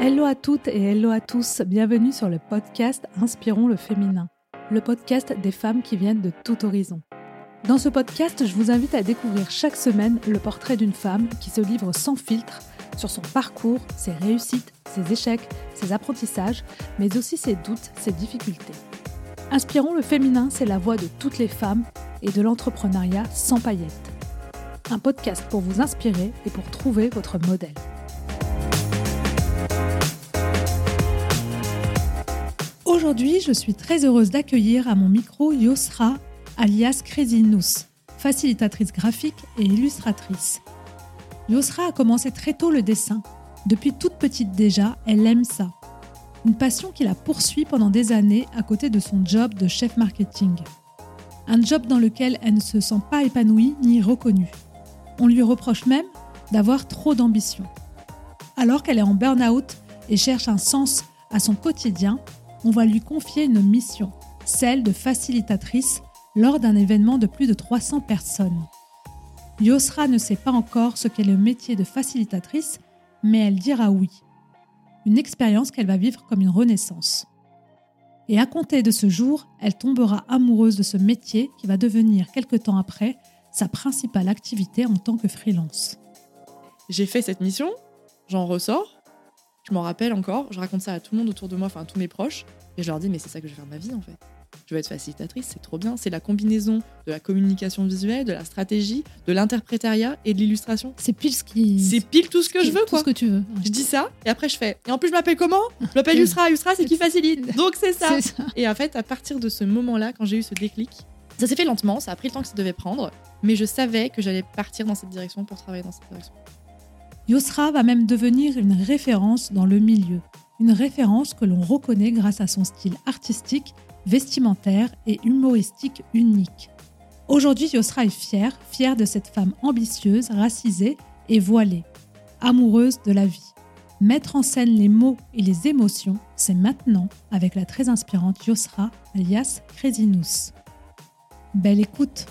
Hello à toutes et hello à tous, bienvenue sur le podcast Inspirons le féminin, le podcast des femmes qui viennent de tout horizon. Dans ce podcast, je vous invite à découvrir chaque semaine le portrait d'une femme qui se livre sans filtre sur son parcours, ses réussites, ses échecs, ses apprentissages, mais aussi ses doutes, ses difficultés. Inspirons le féminin, c'est la voix de toutes les femmes et de l'entrepreneuriat sans paillettes. Un podcast pour vous inspirer et pour trouver votre modèle. Aujourd'hui, je suis très heureuse d'accueillir à mon micro Yosra, alias Crazy Nous, facilitatrice graphique et illustratrice. Yosra a commencé très tôt le dessin. Depuis toute petite déjà, elle aime ça. Une passion qui la poursuit pendant des années à côté de son job de chef marketing. Un job dans lequel elle ne se sent pas épanouie ni reconnue. On lui reproche même d'avoir trop d'ambition. Alors qu'elle est en burn-out et cherche un sens à son quotidien, on va lui confier une mission, celle de facilitatrice lors d'un événement de plus de 300 personnes. Yosra ne sait pas encore ce qu'est le métier de facilitatrice, mais elle dira oui. Une expérience qu'elle va vivre comme une renaissance. Et à compter de ce jour, elle tombera amoureuse de ce métier qui va devenir, quelque temps après, sa principale activité en tant que freelance. J'ai fait cette mission, j'en ressors, je m'en rappelle encore, je raconte ça à tout le monde autour de moi, enfin à tous mes proches, et je leur dis mais c'est ça que je vais faire de ma vie en fait. Je veux être facilitatrice, c'est trop bien, c'est la combinaison de la communication visuelle, de la stratégie, de l'interprétariat et de l'illustration. C'est pile tout ce que je veux quoi. Tout ce que tu veux. Ouais. Je dis ça, et après je fais, et en plus je m'appelle comment ? Je m'appelle Yusra, Yusra c'est qui facilite, donc c'est ça. Et en fait à partir de ce moment-là, quand j'ai eu ce déclic, ça s'est fait lentement, ça a pris le temps que ça devait prendre, mais je savais que j'allais partir dans cette direction pour travailler dans cette direction. Yosra va même devenir une référence dans le milieu. Une référence que l'on reconnaît grâce à son style artistique, vestimentaire et humoristique unique. Aujourd'hui, Yosra est fière de cette femme ambitieuse, racisée et voilée, amoureuse de la vie. Mettre en scène les mots et les émotions, c'est maintenant avec la très inspirante Yosra, alias Crazy Nous. Belle écoute.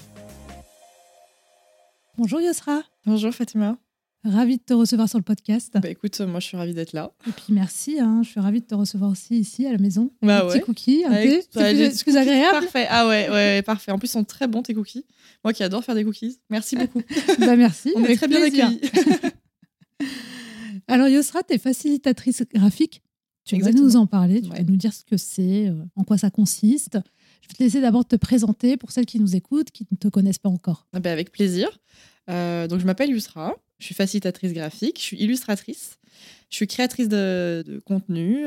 Bonjour Yosra. Bonjour Fatima. Ravie de te recevoir sur le podcast. Bah écoute, moi je suis ravie d'être là. Et puis merci, je suis ravie de te recevoir aussi ici à la maison. Bah un petit cookie, un thé, c'est plus agréable. Parfait, ouais, parfait. En plus, ils sont très bons tes cookies. Moi qui adore faire des cookies. Merci beaucoup. Bah merci, on est très bien accueillis. Alors Yosra, tu es facilitatrice graphique. Tu vas nous en parler, tu vas nous dire ce que c'est, en quoi ça consiste. Je vais te laisser d'abord te présenter pour celles qui nous écoutent, qui ne te connaissent pas encore. Bah avec plaisir. Donc je m'appelle Yusra, je suis facilitatrice graphique, je suis illustratrice, je suis créatrice de contenu,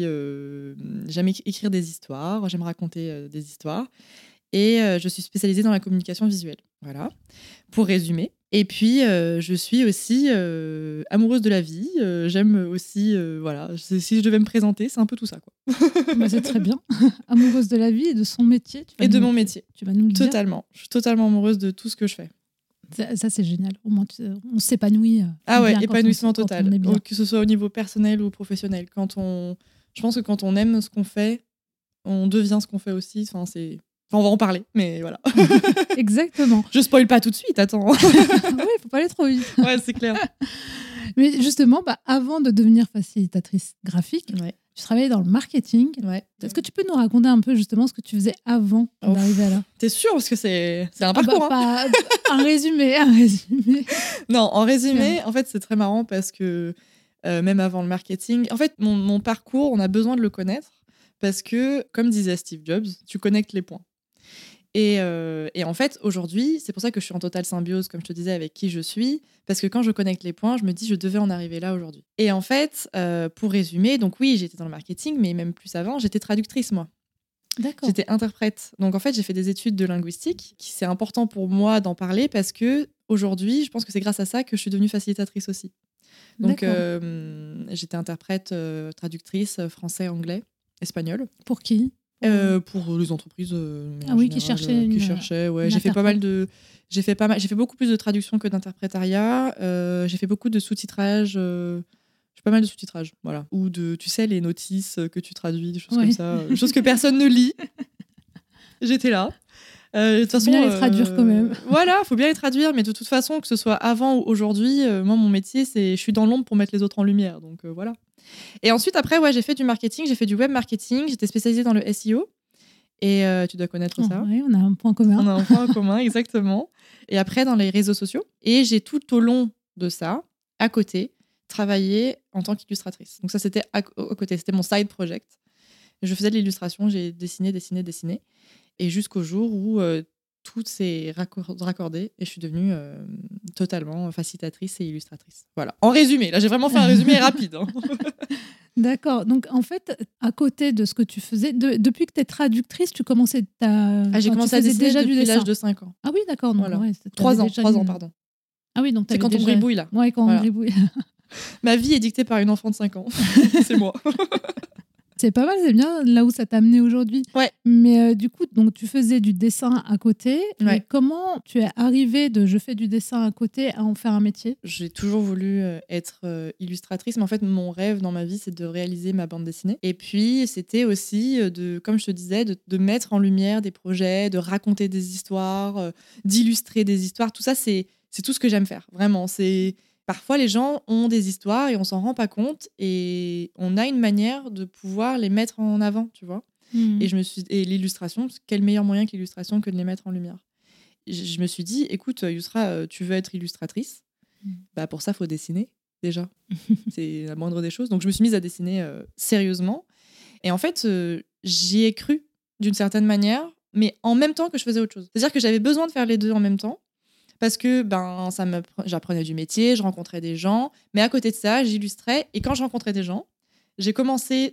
j'aime écrire des histoires, j'aime raconter des histoires et je suis spécialisée dans la communication visuelle. Voilà, pour résumer. Et puis je suis aussi amoureuse de la vie, j'aime aussi, si je devais me présenter, c'est un peu tout ça quoi. Bah, c'est très bien, amoureuse de la vie et de son métier. Mon métier. Tu vas nous le dire. Totalement, je suis totalement amoureuse de tout ce que je fais. Ça, c'est génial. Au moins, on s'épanouit. Épanouissement total. Que ce soit au niveau personnel ou professionnel. Je pense que quand on aime ce qu'on fait, on devient ce qu'on fait aussi. On va en parler, mais voilà. Exactement. Je spoil pas tout de suite, attends. Oui, faut pas aller trop vite. Ouais, c'est clair. Mais justement, avant de devenir facilitatrice graphique, tu travaillais dans le marketing. Ouais. Est-ce que tu peux nous raconter un peu justement ce que tu faisais avant d'arriver à là ? T'es sûre ? Parce que c'est un parcours. Un résumé. Non, en résumé, en fait, c'est très marrant parce que même avant le marketing, en fait, mon parcours, on a besoin de le connaître parce que, comme disait Steve Jobs, tu connectes les points. Et en fait, aujourd'hui, c'est pour ça que je suis en totale symbiose, comme je te disais, avec qui je suis, parce que quand je connecte les points, je me dis je devais en arriver là aujourd'hui. Et en fait, pour résumer, donc oui, j'étais dans le marketing, mais même plus avant, j'étais traductrice, moi. D'accord. J'étais interprète. Donc en fait, j'ai fait des études de linguistique, c'est important pour moi d'en parler parce que aujourd'hui, je pense que c'est grâce à ça que je suis devenue facilitatrice aussi. Donc j'étais interprète, traductrice français, anglais, espagnol. Pour qui ? Pour les entreprises qui cherchaient ouais. J'ai fait beaucoup plus de traduction que d'interprétariat, j'ai fait beaucoup de sous-titrage, j'ai pas mal de sous-titrage, voilà, ou tu sais les notices que tu traduis, des choses comme ça, des choses que personne ne lit. J'étais là. De toute façon, bien les traduire quand même. Voilà, faut bien les traduire, mais de toute façon, que ce soit avant ou aujourd'hui, moi, mon métier, c'est je suis dans l'ombre pour mettre les autres en lumière. Donc voilà. Et ensuite, après, ouais, j'ai fait du marketing, j'ai fait du web marketing, j'étais spécialisée dans le SEO. Et tu dois connaître ça. Oui, on a un point commun. On a un point commun, exactement. Et après, dans les réseaux sociaux. Et j'ai tout au long de ça, à côté, travaillé en tant qu'illustratrice. Donc ça, c'était à côté, c'était mon side project. Je faisais de l'illustration, j'ai dessiné. Et jusqu'au jour où tout s'est raccordé et je suis devenue totalement facilitatrice et illustratrice. Voilà. En résumé, là, j'ai vraiment fait un résumé rapide. Hein. D'accord. Donc, en fait, à côté de ce que tu faisais, depuis que tu es traductrice, tu commençais j'ai commencé à dessiner déjà depuis l'âge de 5 ans. Ah oui, d'accord. Voilà. 3 ans, pardon. Ah oui, donc c'est quand on gribouille, là. Ouais, quand on gribouille. Ma vie est dictée par une enfant de 5 ans. C'est moi. C'est pas mal, c'est bien là où ça t'a amené aujourd'hui. Ouais. Mais du coup, donc, tu faisais du dessin à côté. Ouais. Et comment tu es arrivée de je fais du dessin à côté à en faire un métier ? J'ai toujours voulu être illustratrice, mais en fait, mon rêve dans ma vie, c'est de réaliser ma bande dessinée. Et puis, c'était aussi, comme je te disais, de mettre en lumière des projets, de raconter des histoires, d'illustrer des histoires. Tout ça, c'est tout ce que j'aime faire. Vraiment, c'est... Parfois, les gens ont des histoires et on s'en rend pas compte et on a une manière de pouvoir les mettre en avant, tu vois. Et l'illustration, quel meilleur moyen que l'illustration que de les mettre en lumière. Je me suis dit, écoute, Yousra, tu veux être illustratrice ? Bah pour ça, faut dessiner déjà. C'est la moindre des choses. Donc, je me suis mise à dessiner sérieusement. Et en fait, j'y ai cru d'une certaine manière, mais en même temps que je faisais autre chose. C'est-à-dire que j'avais besoin de faire les deux en même temps. Parce que j'apprenais du métier, je rencontrais des gens, mais à côté de ça, j'illustrais. Et quand je rencontrais des gens, j'ai commencé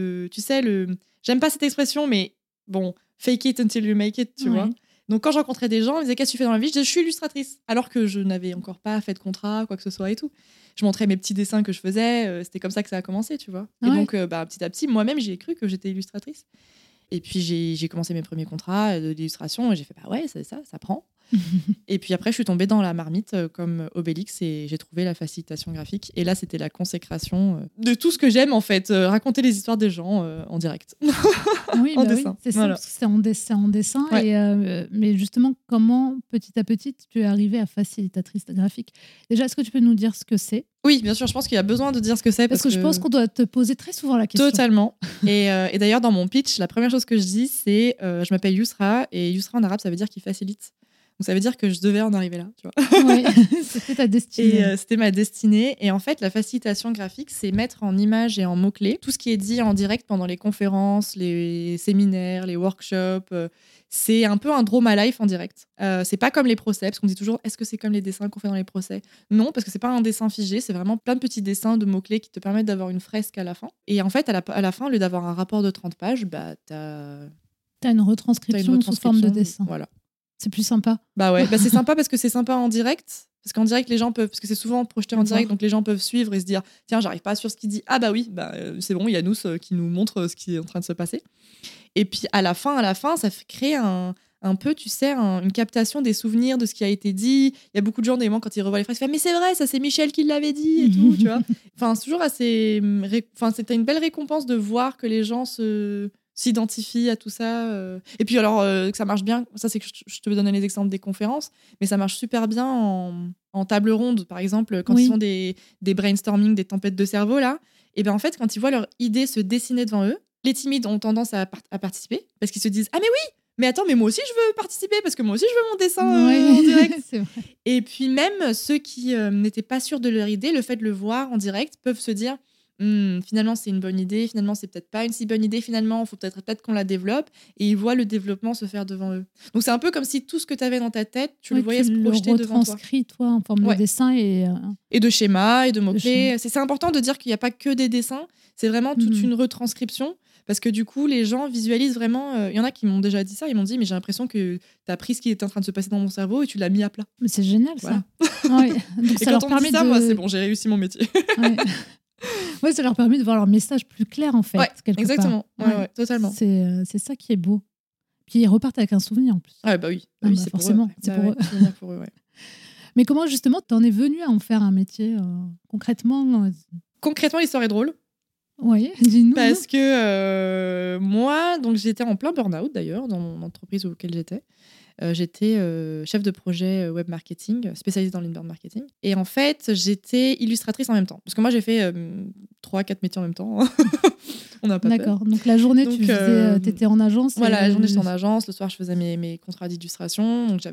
j'aime pas cette expression, mais bon, fake it until you make it, tu vois. Donc quand je rencontrais des gens, ils me disaient qu'est-ce que tu fais dans la vie ? Je disais je suis illustratrice, alors que je n'avais encore pas fait de contrat, quoi que ce soit et tout. Je montrais mes petits dessins que je faisais, c'était comme ça que ça a commencé, tu vois. Et donc petit à petit, moi-même, j'ai cru que j'étais illustratrice. Et puis j'ai commencé mes premiers contrats d'illustration et j'ai fait bah ouais, ça prend. Et puis après, je suis tombée dans la marmite comme Obélix et j'ai trouvé la facilitation graphique. Et là, c'était la consécration de tout ce que j'aime en fait, raconter les histoires des gens en direct. Oui, en dessin. Oui, c'est voilà. ça, parce que c'est en dessin. Ouais. Et, mais justement, comment petit à petit tu es arrivée à facilitatrice graphique ? Déjà, est-ce que tu peux nous dire ce que c'est ? Oui, bien sûr, je pense qu'il y a besoin de dire ce que c'est. Parce que je pense qu'on doit te poser très souvent la question. Totalement. Et d'ailleurs, dans mon pitch, la première chose que je dis, c'est je m'appelle Yousra, et Yousra en arabe, ça veut dire qui facilite. Donc ça veut dire que je devais en arriver là, tu vois. Oui, c'était ta destinée. Et c'était ma destinée. Et en fait, la facilitation graphique, c'est mettre en images et en mots-clés tout ce qui est dit en direct pendant les conférences, les séminaires, les workshops. C'est un peu un draw my life en direct. C'est pas comme les procès, parce qu'on dit toujours est-ce que c'est comme les dessins qu'on fait dans les procès ? Non, parce que c'est pas un dessin figé, c'est vraiment plein de petits dessins de mots-clés qui te permettent d'avoir une fresque à la fin. Et en fait, à la fin, au lieu d'avoir un rapport de 30 pages, bah, t'as une retranscription sous forme de dessin. Voilà. C'est plus sympa. Bah ouais, c'est sympa parce que c'est sympa en direct. Parce qu'en direct, les gens peuvent, parce que c'est souvent projeté en direct, donc les gens peuvent suivre et se dire tiens, j'arrive pas sur ce qu'il dit. Ah bah oui, c'est bon, il y a nous qui nous montre ce qui est en train de se passer. Et puis à la fin, ça fait créer un peu, tu sais, une captation des souvenirs de ce qui a été dit. Il y a beaucoup de gens, des moments, quand ils revoient les phrases, ils font mais c'est vrai, ça c'est Michel qui l'avait dit et tout, tu vois. Enfin, c'est toujours assez. C'était une belle récompense de voir que les gens s'identifient à tout ça. Et puis alors, que ça marche bien, ça c'est que je te donne les exemples des conférences, mais ça marche super bien en table ronde, par exemple, quand ils font des brainstorming, des tempêtes de cerveau, là. Et bien en fait, quand ils voient leur idée se dessiner devant eux, les timides ont tendance à participer, parce qu'ils se disent ah mais oui, mais attends, mais moi aussi je veux participer, parce que moi aussi je veux mon dessin en direct. C'est vrai. Et puis même ceux qui n'étaient pas sûrs de leur idée, le fait de le voir en direct, peuvent se dire finalement c'est une bonne idée, finalement c'est peut-être pas une si bonne idée, finalement il faut peut-être qu'on la développe, et ils voient le développement se faire devant eux. Donc c'est un peu comme si tout ce que tu avais dans ta tête, tu le voyais se projeter devant toi. Tu le retranscris toi en forme de dessin et de schémas et de mots-clés. C'est important de dire qu'il n'y a pas que des dessins, c'est vraiment toute une retranscription, parce que du coup les gens visualisent vraiment. Il y en a qui m'ont déjà dit ça, ils m'ont dit mais j'ai l'impression que tu as pris ce qui était en train de se passer dans mon cerveau et tu l'as mis à plat. Mais c'est génial ça. Ouais. Donc, et ça quand on me dit ça, moi c'est bon, j'ai réussi mon métier. Ouais, ça leur permet de voir leur message plus clair en fait. Exactement. Ouais, totalement. C'est ça qui est beau. Puis ils repartent avec un souvenir en plus. Ah bah oui, c'est forcément. Pour eux. Mais comment justement t'en es venue à en faire un métier concrètement Concrètement, l'histoire est drôle. Oui, dis-nous. Parce que moi, donc j'étais en plein burn-out d'ailleurs dans mon entreprise auquel j'étais. J'étais chef de projet web marketing, spécialisée dans l'inbound marketing. Et en fait, j'étais illustratrice en même temps. Parce que moi, j'ai fait 3-4 métiers en même temps. On n'a pas peur. D'accord. Donc la journée, Donc, tu étais en agence. Voilà, la journée, j'étais en agence. Le soir, je faisais mes contrats d'illustration. Donc,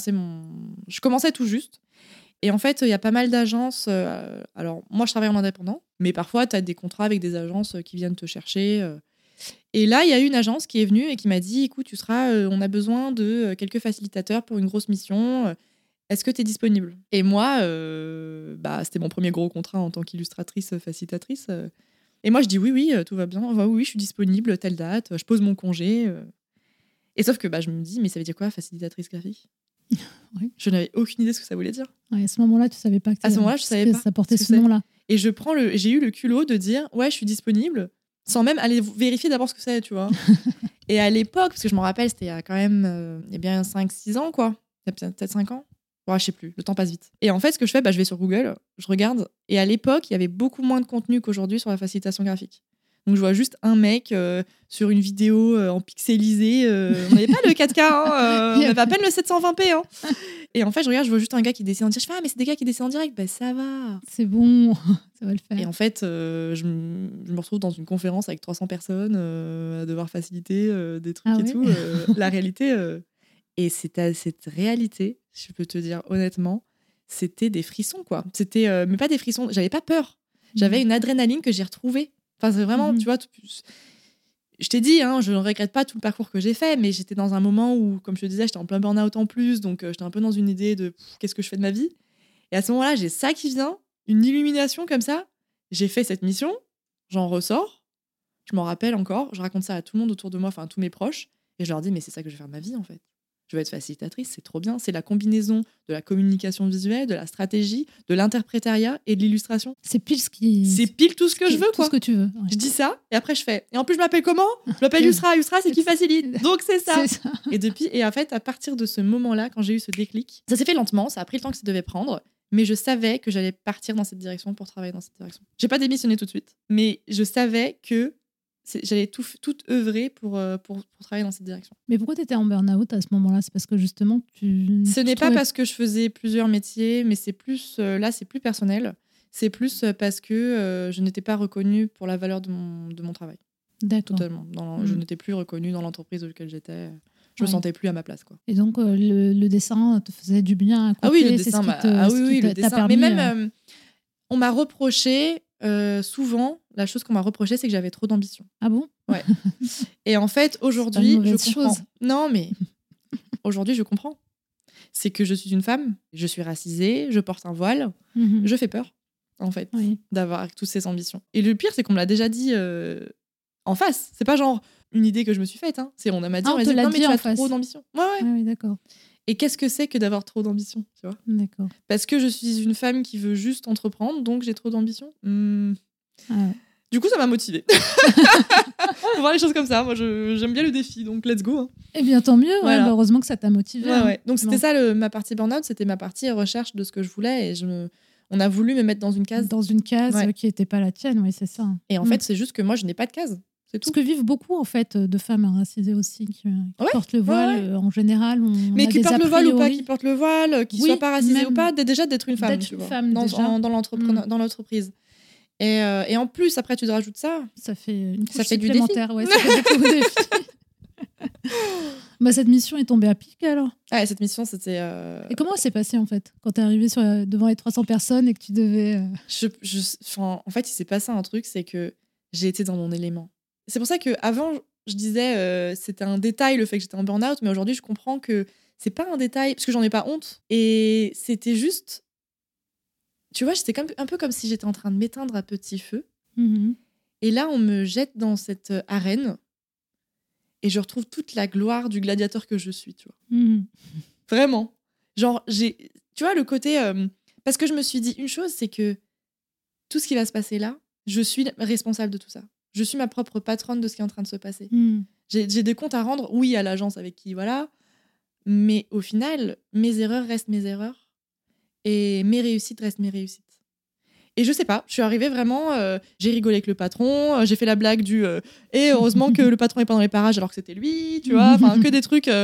je commençais tout juste. Et en fait, il y a pas mal d'agences. Alors, moi, je travaille en indépendant. Mais parfois, tu as des contrats avec des agences qui viennent te chercher. Et là, il y a une agence qui est venue et qui m'a dit, écoute, on a besoin de quelques facilitateurs pour une grosse mission. Est-ce que tu es disponible ? Et moi, c'était mon premier gros contrat en tant qu'illustratrice, facilitatrice. Et moi, je dis oui, tout va bien. Oui, je suis disponible, telle date, je pose mon congé. Et sauf que je me dis, mais ça veut dire quoi, facilitatrice graphique ? Oui. Je n'avais aucune idée de ce que ça voulait dire. Ouais, à ce moment-là, tu savais pas que à ce moment-là, je savais pas ça portait ce nom-là. Et j'ai eu le culot de dire, ouais, je suis disponible, sans même aller vérifier d'abord ce que c'est, tu vois. Et à l'époque, parce que je me rappelle, c'était il y a quand même il y a bien 5-6 ans, quoi. Il y a peut-être 5 ans. Ouais, je sais plus, le temps passe vite. Et en fait, ce que je fais, je vais sur Google, je regarde. Et à l'époque, il y avait beaucoup moins de contenu qu'aujourd'hui sur la facilitation graphique. Donc, je vois juste un mec sur une vidéo en pixelisé. On n'avait pas le 4K, on avait à peine le 720p. Hein. Et en fait, je regarde, je vois juste un gars qui dessine en direct. Je fais, mais c'est des gars qui dessinent en direct. Ça va. C'est bon, ça va le faire. Et en fait, je me retrouve dans une conférence avec 300 personnes à devoir faciliter des trucs et tout. La réalité. Et cette réalité, je peux te dire honnêtement, c'était des frissons, quoi. C'était, mais pas des frissons, j'avais pas peur. J'avais une adrénaline que j'ai retrouvée. Enfin, c'est vraiment, tu vois, je t'ai dit, je ne regrette pas tout le parcours que j'ai fait, mais j'étais dans un moment où, comme je te disais, j'étais en plein burn-out en plus, donc j'étais un peu dans une idée de qu'est-ce que je fais de ma vie. Et à ce moment-là, j'ai ça qui vient, une illumination comme ça. J'ai fait cette mission, j'en ressors, je m'en rappelle encore, je raconte ça à tout le monde autour de moi, enfin à tous mes proches, et je leur dis, mais c'est ça que je vais faire de ma vie, en fait. Je vais être facilitatrice, c'est trop bien. C'est la combinaison de la communication visuelle, de la stratégie, de l'interprétariat et de l'illustration. C'est pile tout ce que je veux, quoi. Tout ce que tu veux. Ouais. Je dis ça, et après je fais. Et en plus, je m'appelle comment ? Je m'appelle Yusra. Yusra, c'est qui facilite. Donc c'est ça. Et en fait, à partir de ce moment-là, quand j'ai eu ce déclic, ça s'est fait lentement, ça a pris le temps que ça devait prendre, mais je savais que j'allais partir dans cette direction pour travailler dans cette direction. J'ai pas démissionné tout de suite, mais je savais que j'allais tout œuvrer pour travailler dans cette direction. Mais pourquoi tu étais en burn-out à ce moment-là ? C'est parce que justement, Ce n'est pas parce que je faisais plusieurs métiers, mais c'est plus là, c'est plus personnel. C'est plus parce que je n'étais pas reconnue pour la valeur de mon travail. D'accord. Totalement. Je n'étais plus reconnue dans l'entreprise dans laquelle j'étais. Je me sentais plus à ma place, quoi. Et donc, le dessin te faisait du bien à côté. Ah oui, le dessin. Le dessin. Permis, mais même, on m'a reproché... souvent, la chose qu'on m'a reproché, c'est que j'avais trop d'ambition. Ah bon ? Ouais. Et en fait, aujourd'hui, je comprends. Chose. Non, mais aujourd'hui, je comprends. C'est que je suis une femme, je suis racisée, je porte un voile, je fais peur, en fait, d'avoir toutes ces ambitions. Et le pire, c'est qu'on me l'a déjà dit en face. C'est pas genre une idée que je me suis faite. Hein. On m'a dit, non, mais tu as trop d'ambition. Ouais. Ah oui, d'accord. Et qu'est-ce que c'est que d'avoir trop d'ambition, tu vois ? D'accord. Parce que je suis une femme qui veut juste entreprendre, donc j'ai trop d'ambition. Du coup, ça m'a motivée. Faut voir les choses comme ça. Moi, j'aime bien le défi, donc let's go. Hein. Eh bien, tant mieux. Voilà. Heureusement que ça t'a motivée. Ouais. Donc, c'était ça, ma partie burn-out. C'était ma partie recherche de ce que je voulais. Et on a voulu me mettre dans une case. Dans une case qui n'était pas la tienne, oui, c'est ça. Et en fait, c'est juste que moi, je n'ai pas de case. C'est tout. Ce que vivent beaucoup, en fait, de femmes racisées aussi, qui portent le voile en général. Mais qui portent le voile ou pas, qui portent le voile, qui ne soient pas racisées ou pas, déjà d'être une femme. D'être une femme, déjà. Dans l'entreprise. Et en plus, après, tu te rajoutes ça. Ça fait une couche du supplémentaire. Ouais, ça fait beaucoup de défis. Cette mission est tombée à pic, alors. Ah, cette mission, c'était... Et comment elle s'est passée, en fait, quand t'es arrivée devant les 300 personnes et que tu devais... En fait, il s'est passé un truc, c'est que j'ai été dans mon élément. C'est pour ça qu'avant, je disais c'était un détail le fait que j'étais en burn-out, mais aujourd'hui, je comprends que c'est pas un détail, parce que j'en ai pas honte. Et c'était juste... Tu vois, j'étais un peu comme si j'étais en train de m'éteindre à petit feu. Et là, on me jette dans cette arène et je retrouve toute la gloire du gladiateur que je suis, tu vois. Vraiment. Genre, tu vois, le côté... parce que je me suis dit une chose, c'est que tout ce qui va se passer là, je suis responsable de tout ça. Je suis ma propre patronne de ce qui est en train de se passer. J'ai des comptes à rendre, oui, à l'agence avec qui, voilà. Mais au final, mes erreurs restent mes erreurs. Et mes réussites restent mes réussites. Et je sais pas, je suis arrivée vraiment... j'ai rigolé avec le patron, j'ai fait la blague du... et heureusement que le patron est pas dans les parages alors que c'était lui, tu vois. Enfin, que des trucs...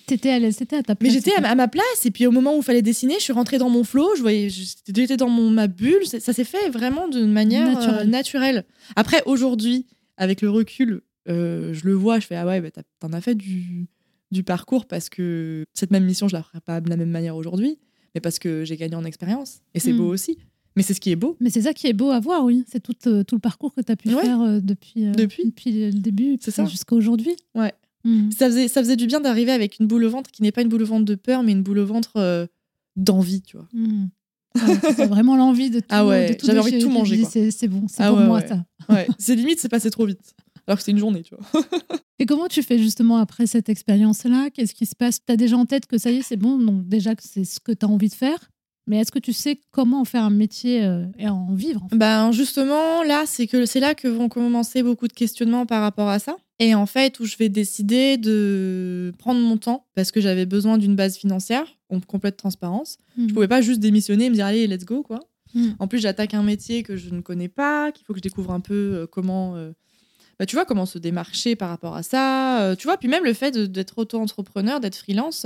T'étais à l'aise, t'étais à ta Mais place. j'étais à ma place, et puis au moment où il fallait dessiner, je suis rentrée dans mon flow, j'étais dans ma bulle, ça s'est fait vraiment d'une manière naturelle. Après, aujourd'hui, avec le recul, je le vois, je fais ah ouais, bah, t'en as fait du parcours, parce que cette même mission, je la ferais pas de la même manière aujourd'hui, mais parce que j'ai gagné en expérience, et c'est beau aussi. Mais c'est ce qui est beau. Mais c'est ça qui est beau à voir, oui. C'est tout le parcours que tu as pu faire depuis le début jusqu'à aujourd'hui. Ouais. Ça faisait du bien d'arriver avec une boule au ventre qui n'est pas une boule au ventre de peur, mais une boule au ventre d'envie, tu vois. C'est vraiment l'envie de tout. J'avais envie de tout manger, quoi. C'est bon, c'est pour moi, ça. Ouais. C'est limite, c'est passé trop vite. Alors que c'est une journée, tu vois. Et comment tu fais justement après cette expérience-là? Qu'est-ce qui se passe? Tu as déjà en tête que ça y est, c'est bon, donc déjà que c'est ce que tu as envie de faire? Mais est-ce que tu sais comment en faire un métier et en vivre, en fait? Ben justement, là, c'est là que vont commencer beaucoup de questionnements par rapport à ça. Et en fait, où je vais décider de prendre mon temps, parce que j'avais besoin d'une base financière, en complète transparence. Je pouvais pas juste démissionner et me dire allez, let's go, quoi. En plus, j'attaque un métier que je ne connais pas, qu'il faut que je découvre un peu comment... tu vois, comment se démarcher par rapport à ça. Tu vois, puis même le fait d'être auto-entrepreneur, d'être freelance...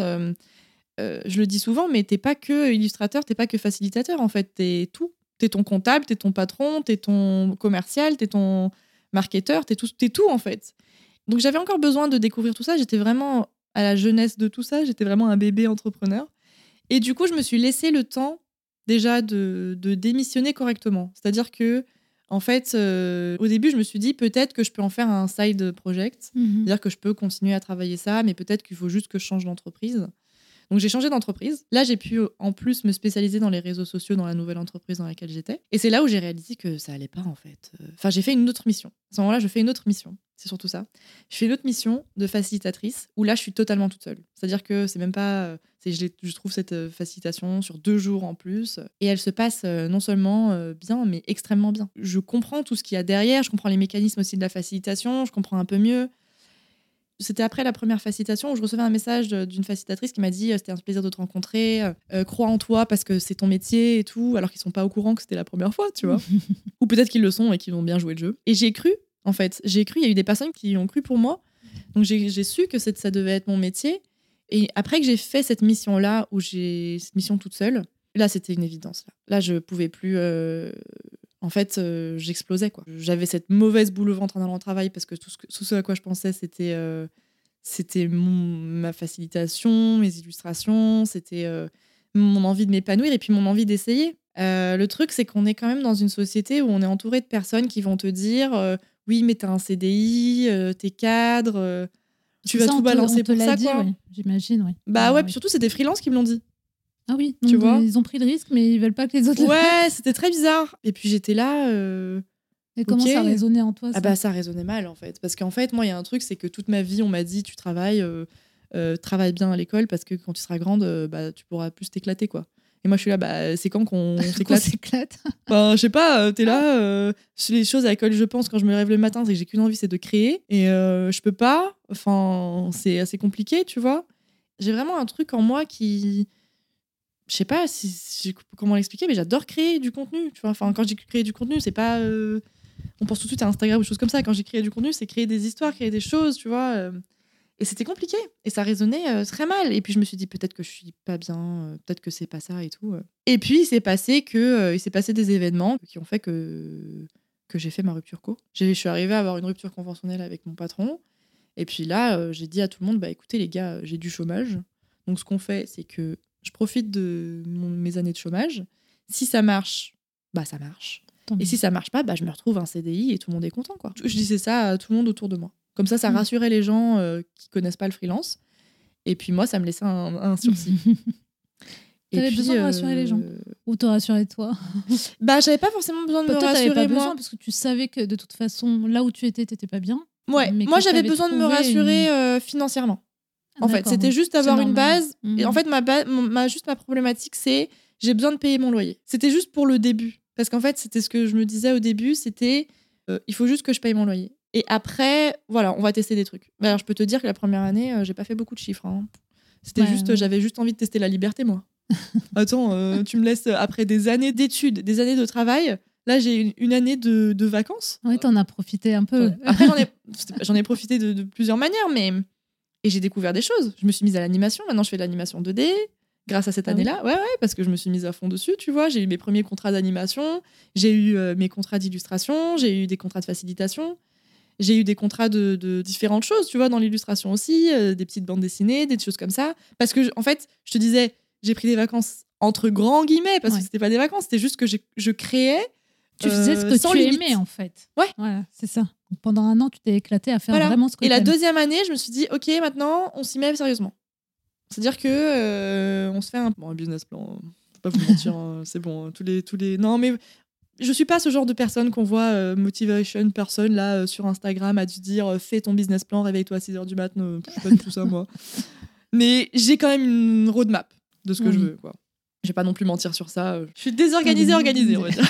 je le dis souvent, mais t'es pas que illustrateur, t'es pas que facilitateur, en fait, t'es tout. T'es ton comptable, t'es ton patron, t'es ton commercial, t'es ton marketeur, t'es tout, en fait. Donc j'avais encore besoin de découvrir tout ça, j'étais vraiment à la jeunesse de tout ça, j'étais vraiment un bébé entrepreneur. Et du coup, je me suis laissé le temps déjà de démissionner correctement. C'est-à-dire que, en fait, au début, je me suis dit peut-être que je peux en faire un side project, c'est-à-dire que je peux continuer à travailler ça, mais peut-être qu'il faut juste que je change d'entreprise. Donc j'ai changé d'entreprise. Là, j'ai pu en plus me spécialiser dans les réseaux sociaux dans la nouvelle entreprise dans laquelle j'étais. Et c'est là où j'ai réalisé que ça allait pas, en fait. Enfin, j'ai fait une autre mission. À ce moment-là, je fais une autre mission. C'est surtout ça. Je fais une autre mission de facilitatrice où là, je suis totalement toute seule. C'est-à-dire que c'est même pas... je trouve cette facilitation sur 2 jours en plus. Et elle se passe non seulement bien, mais extrêmement bien. Je comprends tout ce qu'il y a derrière. Je comprends les mécanismes aussi de la facilitation. Je comprends un peu mieux. C'était après la première facilitation où je recevais un message d'une facilitatrice qui m'a dit c'était un plaisir de te rencontrer, crois en toi parce que c'est ton métier et tout, alors qu'ils sont pas au courant que c'était la première fois, tu vois. Ou peut-être qu'ils le sont et qu'ils ont bien joué le jeu. Et j'ai cru, en fait, il y a eu des personnes qui ont cru pour moi. Donc j'ai su que ça devait être mon métier. Et après que j'ai fait cette mission-là, où j'ai cette mission toute seule, là c'était une évidence. Là je pouvais plus... En fait, j'explosais, quoi. J'avais cette mauvaise boule au ventre en allant au travail parce que tout ce à quoi je pensais, c'était ma facilitation, mes illustrations, c'était mon envie de m'épanouir et puis mon envie d'essayer. Le truc, c'est qu'on est quand même dans une société où on est entouré de personnes qui vont te dire oui, mais t'as un CDI, t'es cadre, tu vas tout balancer pour ça, quoi. Ouais, j'imagine, oui. Ouais, puis surtout, c'est des freelances qui me l'ont dit. Ah oui, donc tu vois, ils ont pris le risque, mais ils veulent pas que les autres... Ouais, c'était très bizarre. Et puis j'étais là... Et comment ça résonnait en toi, ça? Ça résonnait mal, en fait. Parce qu'en fait, moi, il y a un truc, c'est que toute ma vie, on m'a dit, tu travailles bien à l'école, parce que quand tu seras grande, tu pourras plus t'éclater, quoi. Et moi, je suis là, c'est quand qu'on s'éclate? Je sais pas, t'es là, les choses à l'école, je pense, quand je me lève le matin, c'est que j'ai qu'une envie, c'est de créer. Et je peux pas. Enfin, c'est assez compliqué, tu vois. J'ai vraiment un truc en moi qui... Je sais pas comment l'expliquer, mais j'adore créer du contenu. Tu vois, enfin, quand j'ai créé du contenu, c'est pas... on pense tout de suite à Instagram ou des choses comme ça. Quand j'ai créé du contenu, c'est créer des histoires, créer des choses, tu vois. Et c'était compliqué. Et ça résonnait très mal. Et puis je me suis dit, peut-être que je suis pas bien, peut-être que c'est pas ça et tout. Et puis il s'est passé des événements qui ont fait que j'ai fait ma rupture co. Je suis arrivée à avoir une rupture conventionnelle avec mon patron. Et puis là, j'ai dit à tout le monde, écoutez les gars, j'ai du chômage. Donc ce qu'on fait, c'est que je profite de mes années de chômage. Si ça marche, ça marche. Et si ça marche pas, je me retrouve un CDI et tout le monde est content, quoi. Je disais ça à tout le monde autour de moi. Comme ça rassurait les gens qui connaissent pas le freelance. Et puis moi, ça me laissait un sursis. T'avais besoin de rassurer les gens? Ou te rassurer toi? J'avais pas forcément besoin de me rassurer, pas moi. Besoin, parce que tu savais que de toute façon, là où tu étais, t'étais pas bien. Ouais, moi j'avais besoin de me rassurer financièrement. En fait, c'était juste avoir une base. Et en fait, ma problématique, c'est j'ai besoin de payer mon loyer. C'était juste pour le début. Parce qu'en fait, c'était ce que je me disais au début, c'était il faut juste que je paye mon loyer. Et après, voilà, on va tester des trucs. Alors, je peux te dire que la première année, j'ai pas fait beaucoup de chiffres. Hein. C'était j'avais juste envie de tester la liberté, moi. Attends, tu me laisses après des années d'études, des années de travail. Là, j'ai une année de vacances. Oui, t'en as profité un peu. Après, j'en ai profité de plusieurs manières, mais... Et j'ai découvert des choses. Je me suis mise à l'animation. Maintenant, je fais de l'animation 2D. Grâce à cette année-là, ouais, parce que je me suis mise à fond dessus, tu vois. J'ai eu mes premiers contrats d'animation, j'ai eu mes contrats d'illustration, j'ai eu des contrats de facilitation, j'ai eu des contrats de différentes choses, tu vois, dans l'illustration aussi, des petites bandes dessinées, des choses comme ça. Parce que, en fait, je te disais, j'ai pris des vacances entre grands guillemets, parce que c'était pas des vacances, c'était juste que je créais. Tu faisais ce que sans tu limite. aimais, en fait. Ouais. Voilà, c'est ça. Donc, pendant un an, tu t'es éclaté à faire vraiment ce que tu Et la aimes. deuxième année, je me suis dit, ok, maintenant, on s'y met sérieusement. C'est-à-dire que on se fait un business plan. Faut pas vous mentir, hein, c'est bon. Tous les. Non, mais je suis pas ce genre de personne qu'on voit motivation person là sur Instagram à te dire fais ton business plan, réveille-toi à 6h du mat. Non, je suis pas du tout ça moi. Mais j'ai quand même une roadmap de ce que je veux, quoi. Je vais pas non plus mentir sur ça. Je suis organisée, on va dire.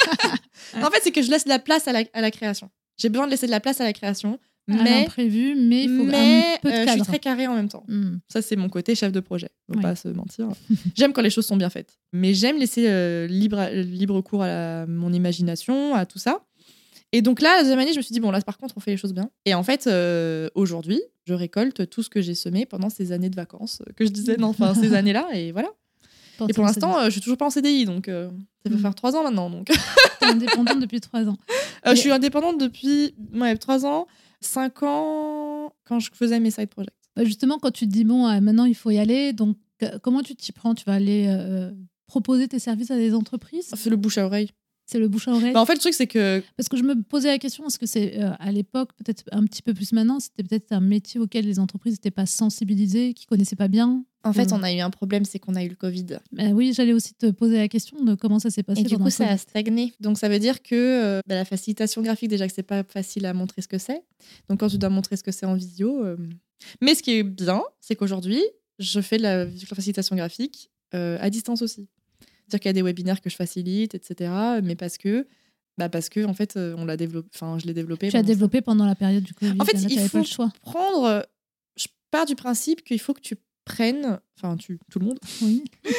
En fait, c'est que je laisse de la place à la création. J'ai besoin de laisser de la place à la création. Mais imprévu, mais il faut un peu de cadre. Je suis très carrée en même temps. Ça, c'est mon côté chef de projet. Faut pas se mentir. J'aime quand les choses sont bien faites. Mais j'aime laisser libre cours à mon imagination, à tout ça. Et donc là, la deuxième année, je me suis dit, bon, là, par contre, on fait les choses bien. Et en fait, aujourd'hui, je récolte tout ce que j'ai semé pendant ces années de vacances que je disais, ces années-là. Et voilà. Et pour l'instant, je suis toujours pas en CDI. Donc, ça peut faire 3 ans maintenant. Donc. T'es indépendante depuis 3 ans. Je suis indépendante depuis 3 ans. 5 ans quand je faisais mes side projects. Justement, quand tu te dis, bon, maintenant il faut y aller, donc comment tu t'y prends ? Tu vas aller proposer tes services à des entreprises ? C'est le bouche à oreille. C'est le bouche à oreille. En fait, le truc, c'est que. Parce que je me posais la question, est-ce que c'est à l'époque, peut-être un petit peu plus maintenant, c'était peut-être un métier auquel les entreprises n'étaient pas sensibilisées, qui ne connaissaient pas bien ? En fait, on a eu un problème, c'est qu'on a eu le Covid. Oui, j'allais aussi te poser la question de comment ça s'est passé. Et du coup, ça a stagné. Donc, ça veut dire que la facilitation graphique, déjà que c'est pas facile à montrer ce que c'est. Donc, quand tu dois montrer ce que c'est en visio. Mais ce qui est bien, c'est qu'aujourd'hui, je fais de la facilitation graphique à distance aussi. C'est-à-dire qu'il y a des webinaires que je facilite, etc. Mais parce que en fait, on l'a développé. Enfin, je l'ai développé. Tu l'as développé pendant la période du Covid. En fait, il faut pas le choix. prendre. Je pars du principe qu'il faut que tu prennes. Enfin, tout le monde. Oui.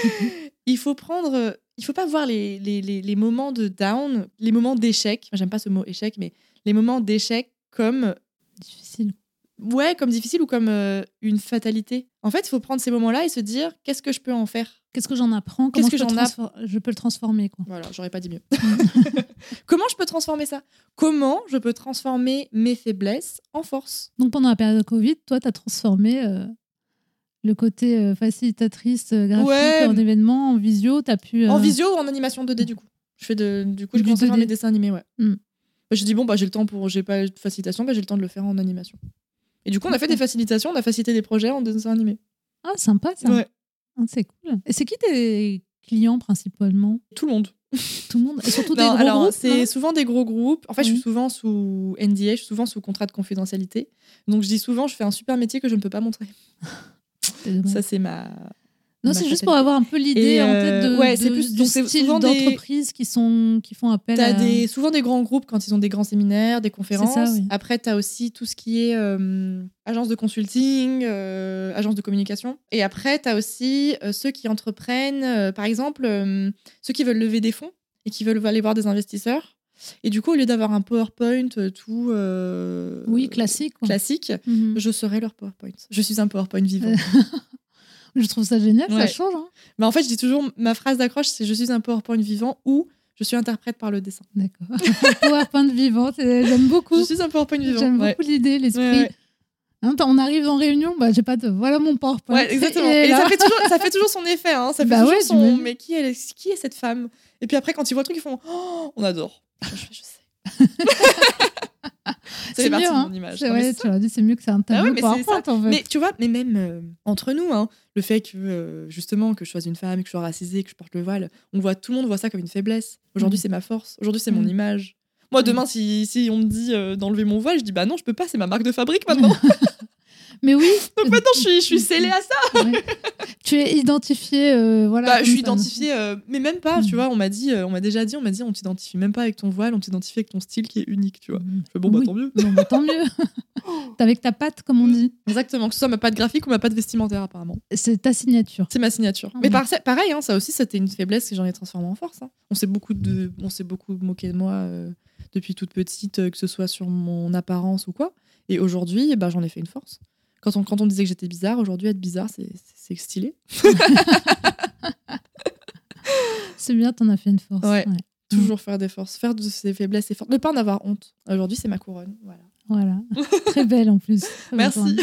Il faut prendre. Il faut pas voir les moments de down, les moments d'échec. Enfin, j'aime pas ce mot échec, mais les moments d'échec comme difficile. Ouais, comme difficile ou comme une fatalité. En fait, il faut prendre ces moments-là et se dire qu'est-ce que je peux en faire ? Qu'est-ce que j'en apprends ? Comment je peux le transformer, quoi. Voilà, j'aurais pas dit mieux. Comment je peux transformer ça ? Comment je peux transformer mes faiblesses en force ? Donc pendant la période de Covid, toi, tu as transformé le côté facilitatrice graphique en événement, en visio, tu as pu... En visio ou en animation 2D, du coup. Je commence à faire mes dessins animés, ouais. Je dis, bon, j'ai le temps j'ai pas de facilitation, j'ai le temps de le faire en animation. Et du coup, on a fait des facilitations, on a facilité des projets en dessin animé. Ah, sympa ça. Ouais. Ah, c'est cool. Et c'est qui tes clients principalement ? Tout le monde. Tout le monde. Et surtout des gros groupes. C'est souvent des gros groupes. En fait, je suis souvent sous NDA, je suis souvent sous contrat de confidentialité. Donc, je dis souvent, je fais un super métier que je ne peux pas montrer. Ça, c'est ma. Non, c'est juste pour avoir un peu l'idée en tête du style d'entreprises qui font appel à... T'as souvent des grands groupes quand ils ont des grands séminaires, des conférences. Ça, oui. Après, t'as aussi tout ce qui est agence de consulting, agence de communication. Et après, t'as aussi ceux qui entreprennent, par exemple, ceux qui veulent lever des fonds et qui veulent aller voir des investisseurs. Et du coup, au lieu d'avoir un PowerPoint tout... oui, classique. Je serai leur PowerPoint. Je suis un PowerPoint vivant. Je trouve ça génial, ça change. Hein. En fait, je dis toujours, ma phrase d'accroche, c'est « Je suis un PowerPoint vivant » ou « Je suis interprète par le dessin ». D'accord. PowerPoint vivant, j'aime beaucoup. Je suis un PowerPoint vivant. J'aime beaucoup l'idée, l'esprit. Ouais. On arrive en réunion, j'ai pas de... Voilà mon PowerPoint. Ouais, exactement. Et ça fait toujours son effet. Hein. Ça fait toujours son... Mais qui est cette femme ? Et puis après, quand ils voient le truc, ils font oh, on adore. Je sais. C'est mieux, hein. Tu as dit, c'est mieux que c'est un tableau PowerPoint, en fait. Mais tu vois, mais même entre nous, hein, le fait que justement que je sois une femme, que je sois racisée, que je porte le voile, tout le monde voit ça comme une faiblesse. Aujourd'hui, c'est ma force. Aujourd'hui, c'est mon image. Moi, demain, si on me dit d'enlever mon voile, je dis bah non, je peux pas. C'est ma marque de fabrique maintenant. Mais oui. Donc maintenant, je suis scellée à ça. Ouais. Tu es identifiée, je suis identifiée, mais même pas. Tu vois, on m'a déjà dit, on t'identifie même pas avec ton voile, on t'identifie avec ton style qui est unique. Tu vois. Je fais tant mieux. Bon, tant mieux. T'es avec ta patte, comme on dit. Exactement. Que ce soit ma patte graphique ou ma patte vestimentaire, apparemment. C'est ta signature. C'est ma signature. Mais pareil, hein, ça aussi, c'était une faiblesse que j'en ai transformée en force. Hein. On s'est beaucoup moqué de moi depuis toute petite, que ce soit sur mon apparence ou quoi. Et aujourd'hui, j'en ai fait une force. Quand on disait que j'étais bizarre, aujourd'hui, être bizarre, c'est stylé. C'est bien, t'en as fait une force. Ouais. Toujours faire des forces, faire de ses faiblesses et forces. Ne pas en avoir honte. Aujourd'hui, c'est ma couronne. Voilà. Très belle en plus. Très Merci.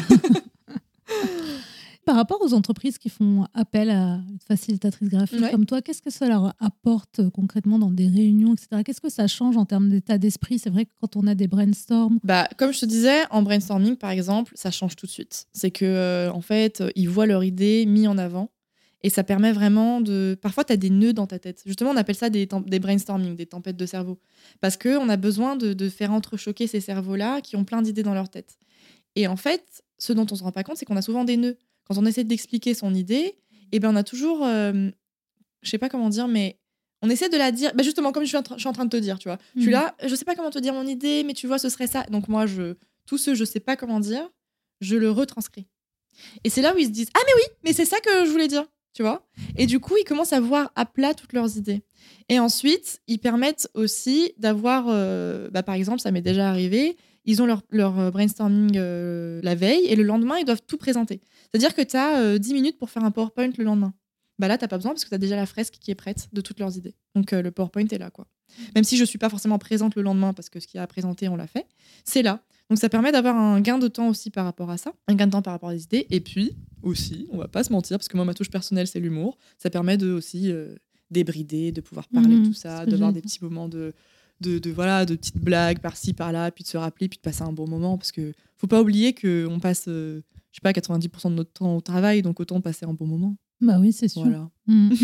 Par rapport aux entreprises qui font appel à une facilitatrice graphique comme toi, qu'est-ce que ça leur apporte concrètement dans des réunions, etc. Qu'est-ce que ça change en termes d'état d'esprit? C'est vrai que quand on a des brainstorms... Comme je te disais, en brainstorming, par exemple, ça change tout de suite. C'est que, en fait, ils voient leur idée mise en avant. Et ça permet vraiment de... Parfois, tu as des nœuds dans ta tête. Justement, on appelle ça des brainstorming, des tempêtes de cerveau. Parce qu'on a besoin de faire entrechoquer ces cerveaux-là qui ont plein d'idées dans leur tête. Et en fait, ce dont on ne se rend pas compte, c'est qu'on a souvent des nœuds. Quand on essaie d'expliquer son idée, on a toujours... je sais pas comment dire, mais on essaie de la dire... justement, comme je suis en train de te dire, tu vois. Je suis là, je sais pas comment te dire mon idée, mais tu vois, ce serait ça. Donc moi, tout ce je sais pas comment dire, je le retranscris. Et c'est là où ils se disent « Ah mais oui, mais c'est ça que je voulais dire !» Tu vois. Et du coup, ils commencent à voir à plat toutes leurs idées. Et ensuite, ils permettent aussi d'avoir, par exemple, ça m'est déjà arrivé, ils ont leur brainstorming la veille et le lendemain, ils doivent tout présenter. C'est-à-dire que tu as 10 minutes pour faire un PowerPoint le lendemain. Là, tu n'as pas besoin parce que tu as déjà la fresque qui est prête de toutes leurs idées. Donc, le PowerPoint est là, quoi. Même si je ne suis pas forcément présente le lendemain parce que ce qu'il y a à présenter, on l'a fait, c'est là. Donc, ça permet d'avoir un gain de temps aussi par rapport à ça, un gain de temps par rapport aux idées. Et puis, aussi, on va pas se mentir, parce que moi, ma touche personnelle, c'est l'humour. Ça permet de aussi débrider, de pouvoir parler de tout ça, d'avoir des petits moments de petites blagues par-ci, par-là, puis de se rappeler, puis de passer un bon moment. Parce que faut pas oublier qu'on passe, 90% de notre temps au travail, donc autant passer un bon moment. Bah oui, c'est sûr. Voilà.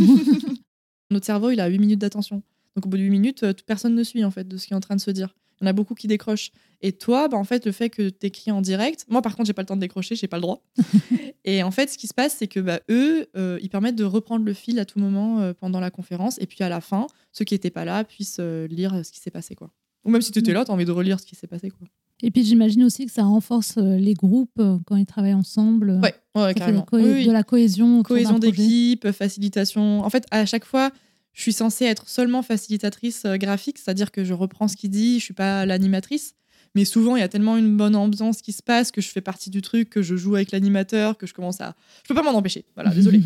Notre cerveau, il a 8 minutes d'attention. Donc au bout de 8 minutes, personne ne suit en fait de ce qui est en train de se dire. Il y en a beaucoup qui décrochent. Et toi, en fait, le fait que tu écris en direct, moi par contre, j'ai pas le temps de décrocher, j'ai pas le droit. Et en fait, ce qui se passe, c'est que eux, ils permettent de reprendre le fil à tout moment pendant la conférence. Et puis à la fin, ceux qui n'étaient pas là puissent lire ce qui s'est passé, quoi. Ou même si tu étais là, tu as envie de relire ce qui s'est passé, quoi. Et puis j'imagine aussi que ça renforce les groupes quand ils travaillent ensemble. Ouais, carrément. De la cohésion. Cohésion d'équipe, facilitation. En fait, à chaque fois, je suis censée être seulement facilitatrice graphique, c'est-à-dire que je reprends ce qu'il dit, je suis pas l'animatrice. Mais souvent, il y a tellement une bonne ambiance qui se passe que je fais partie du truc, que je joue avec l'animateur, que je commence à... Je peux pas m'en empêcher. Voilà, désolée.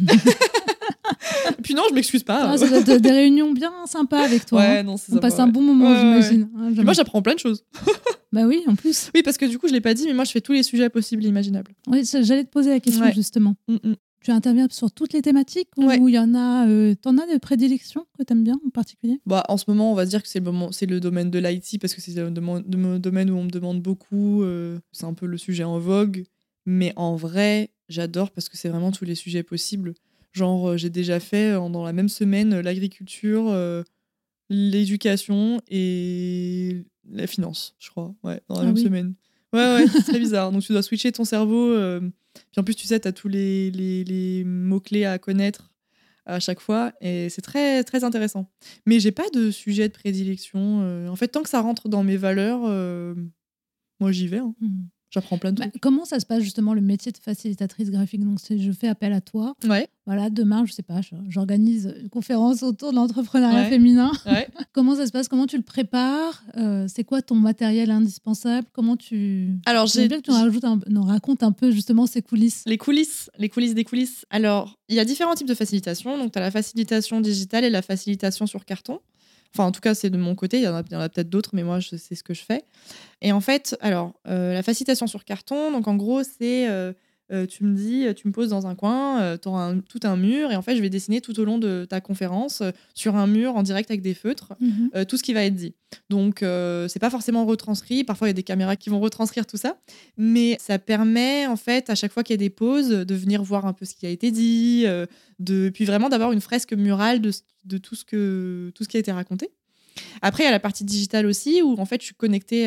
Et puis non, je m'excuse pas. Ça doit être des réunions bien sympas avec toi. Ouais, non, c'est ça. On passe un bon moment, j'imagine. Ouais. Moi, j'apprends plein de choses. Bah oui, en plus. Oui, parce que du coup, je l'ai pas dit, mais moi, je fais tous les sujets possibles et imaginables. Oui, j'allais te poser la question, justement. Tu interviens sur toutes les thématiques ou il y en a, t'en as de prédilection que t'aimes bien en particulier? En ce moment, on va dire que c'est le domaine de l'IT parce que c'est le domaine où on me demande beaucoup. C'est un peu le sujet en vogue. Mais en vrai, j'adore parce que c'est vraiment tous les sujets possibles. Genre, j'ai déjà fait dans la même semaine l'agriculture, l'éducation et la finance, je crois. Ouais, dans la même semaine. Ouais, c'est très bizarre. Donc, tu dois switcher ton cerveau. Puis en plus, tu sais, tu as tous les mots-clés à connaître à chaque fois. Et c'est très, très intéressant. Mais j'ai pas de sujet de prédilection. En fait, tant que ça rentre dans mes valeurs, moi, j'y vais. Hein. J'apprends plein de trucs. Comment ça se passe justement le métier de facilitatrice graphique? Donc, je fais appel à toi. Ouais. Voilà, demain, je sais pas, j'organise une conférence autour de l'entrepreneuriat féminin. Ouais. Comment ça se passe? Comment tu le prépares? C'est quoi ton matériel indispensable? Comment tu... Alors, j'aime bien que tu nous racontes un peu justement ces coulisses. Les coulisses des coulisses. Alors, il y a différents types de facilitation. Donc, tu as la facilitation digitale et la facilitation sur carton. Enfin, en tout cas, c'est de mon côté. Il y en a peut-être d'autres, mais moi, c'est ce que je fais. Et en fait, la facilitation sur carton, donc en gros, c'est tu me poses dans un coin, tu auras tout un mur, et en fait, je vais dessiner tout au long de ta conférence sur un mur en direct avec des feutres, tout ce qui va être dit. Donc, c'est pas forcément retranscrit. Parfois, il y a des caméras qui vont retranscrire tout ça, mais ça permet, en fait, à chaque fois qu'il y a des pauses, de venir voir un peu ce qui a été dit, puis vraiment d'avoir une fresque murale de tout ce qui a été raconté. Après, il y a la partie digitale aussi, où en fait, je suis connectée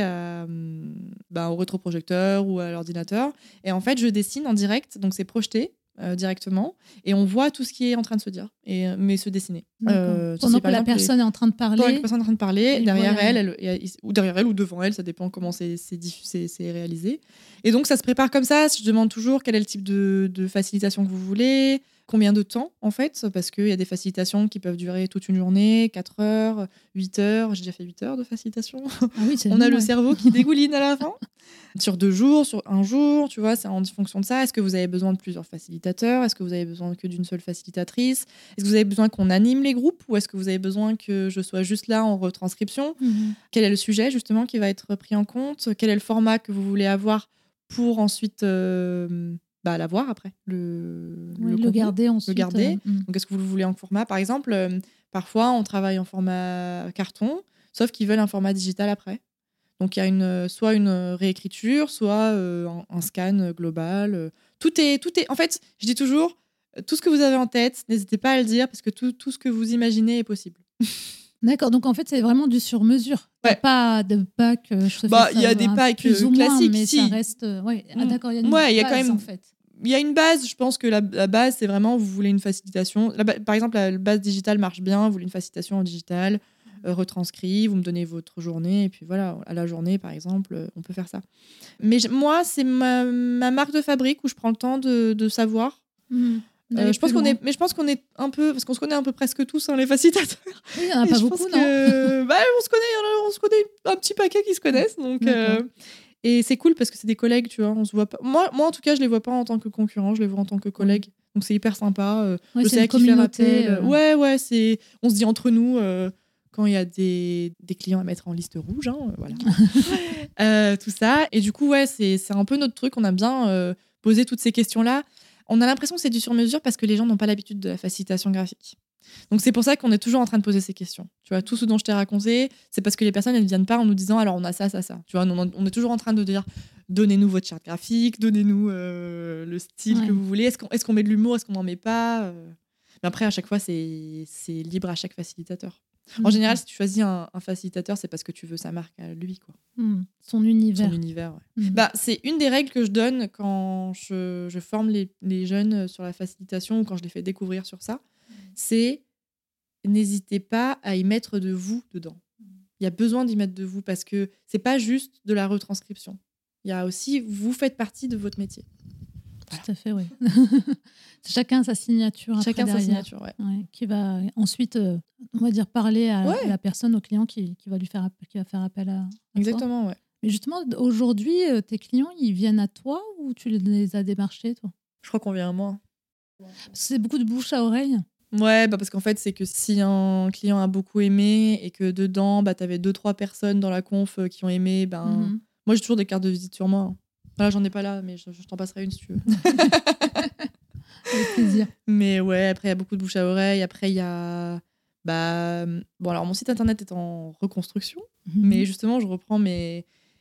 au rétroprojecteur ou à l'ordinateur. Et en fait, je dessine en direct, donc c'est projeté directement. Et on voit tout ce qui est en train de se dire, mais se dessiner. Pendant que la personne est en train de parler. Pendant que la personne est en train de parler, derrière elle ou devant elle, ça dépend comment c'est réalisé. Et donc, ça se prépare comme ça. Je demande toujours quel est le type de facilitation que vous voulez. Combien de temps, en fait, parce qu'il y a des facilitations qui peuvent durer toute une journée, 4 heures, 8 heures. J'ai déjà fait 8 heures de facilitation. Ah oui, on a le cerveau qui dégouline à la fin. sur 2 jours, sur 1 jour, tu vois, c'est en fonction de ça. Est-ce que vous avez besoin de plusieurs facilitateurs? Est-ce que vous avez besoin que d'une seule facilitatrice? Est-ce que vous avez besoin qu'on anime les groupes ou est-ce que vous avez besoin que je sois juste là en retranscription? Quel est le sujet justement qui va être pris en compte? Quel est le format que vous voulez avoir pour ensuite l'avoir après? Le garder ensuite. Le garder. Donc, est-ce que vous le voulez en format? Par exemple, parfois, on travaille en format carton, sauf qu'ils veulent un format digital après. Donc, il y a soit une réécriture, soit un scan global. Tout est... En fait, je dis toujours, tout ce que vous avez en tête, n'hésitez pas à le dire parce que tout ce que vous imaginez est possible. D'accord, donc en fait, c'est vraiment du sur-mesure. Ouais. Pas de pack, je fais ça. Il y a des packs plus ou classiques, moins, mais si. ça reste... d'accord, il y a une base, en fait. Il y a une base, je pense que la base, c'est vraiment, vous voulez une facilitation. Par exemple, la base digitale marche bien, vous voulez une facilitation en digital, retranscrit, vous me donnez votre journée, et puis voilà, à la journée, par exemple, on peut faire ça. Mais moi, c'est ma marque de fabrique où je prends le temps de savoir. Je pense qu'on est un peu, parce qu'on se connaît un peu presque tous, hein, les facilitateurs. Oui, il n'y en a pas beaucoup, non? On se connaît un petit paquet qui se connaissent, donc... Et c'est cool parce que c'est des collègues, tu vois, on se voit pas. Moi, en tout cas, je les vois pas en tant que concurrents, je les vois en tant que collègues. Donc c'est hyper sympa. Je sais à qui faire appel. Ouais, on se dit entre nous quand il y a des clients à mettre en liste rouge, hein, voilà. Tout ça. Et du coup, c'est un peu notre truc. On a bien posé toutes ces questions-là. On a l'impression que c'est du sur-mesure parce que les gens n'ont pas l'habitude de la facilitation graphique. Donc c'est pour ça qu'on est toujours en train de poser ces questions. Tu vois, tout ce dont je t'ai raconté, c'est parce que les personnes, elles ne viennent pas en nous disant alors on a ça. Tu vois, on est toujours en train de dire donnez-nous votre charte graphique, donnez-nous le style que vous voulez. Est-ce qu'on met de l'humour, est-ce qu'on n'en met pas? Mais après, à chaque fois, c'est libre à chaque facilitateur. En général, si tu choisis un facilitateur, c'est parce que tu veux sa marque à lui, quoi. Son univers. Ouais. C'est une des règles que je donne quand je forme les jeunes sur la facilitation ou quand je les fais découvrir sur ça. C'est n'hésitez pas à y mettre de vous dedans. Il y a besoin d'y mettre de vous parce que c'est pas juste de la retranscription. Il y a aussi, vous faites partie de votre métier. Voilà. Tout à fait, oui. Chacun sa signature. Chacun sa signature, qui va ensuite, on va dire, parler à la personne, au client qui va faire appel à Exactement, toi. Mais justement, aujourd'hui, tes clients, ils viennent à toi ou tu les as démarchés, toi? Je crois qu'on vient à moi. Parce que c'est beaucoup de bouche à oreille. Ouais, parce qu'en fait, c'est que si un client a beaucoup aimé et que dedans, t'avais 2-3 personnes dans la conf qui ont aimé, moi, j'ai toujours des cartes de visite sur moi. Voilà, j'en ai pas là, mais je t'en passerai une si tu veux. Avec plaisir. Mais ouais, après, il y a beaucoup de bouche à oreille. Après, il y a... alors, mon site internet est en reconstruction, mais justement, je reprends mes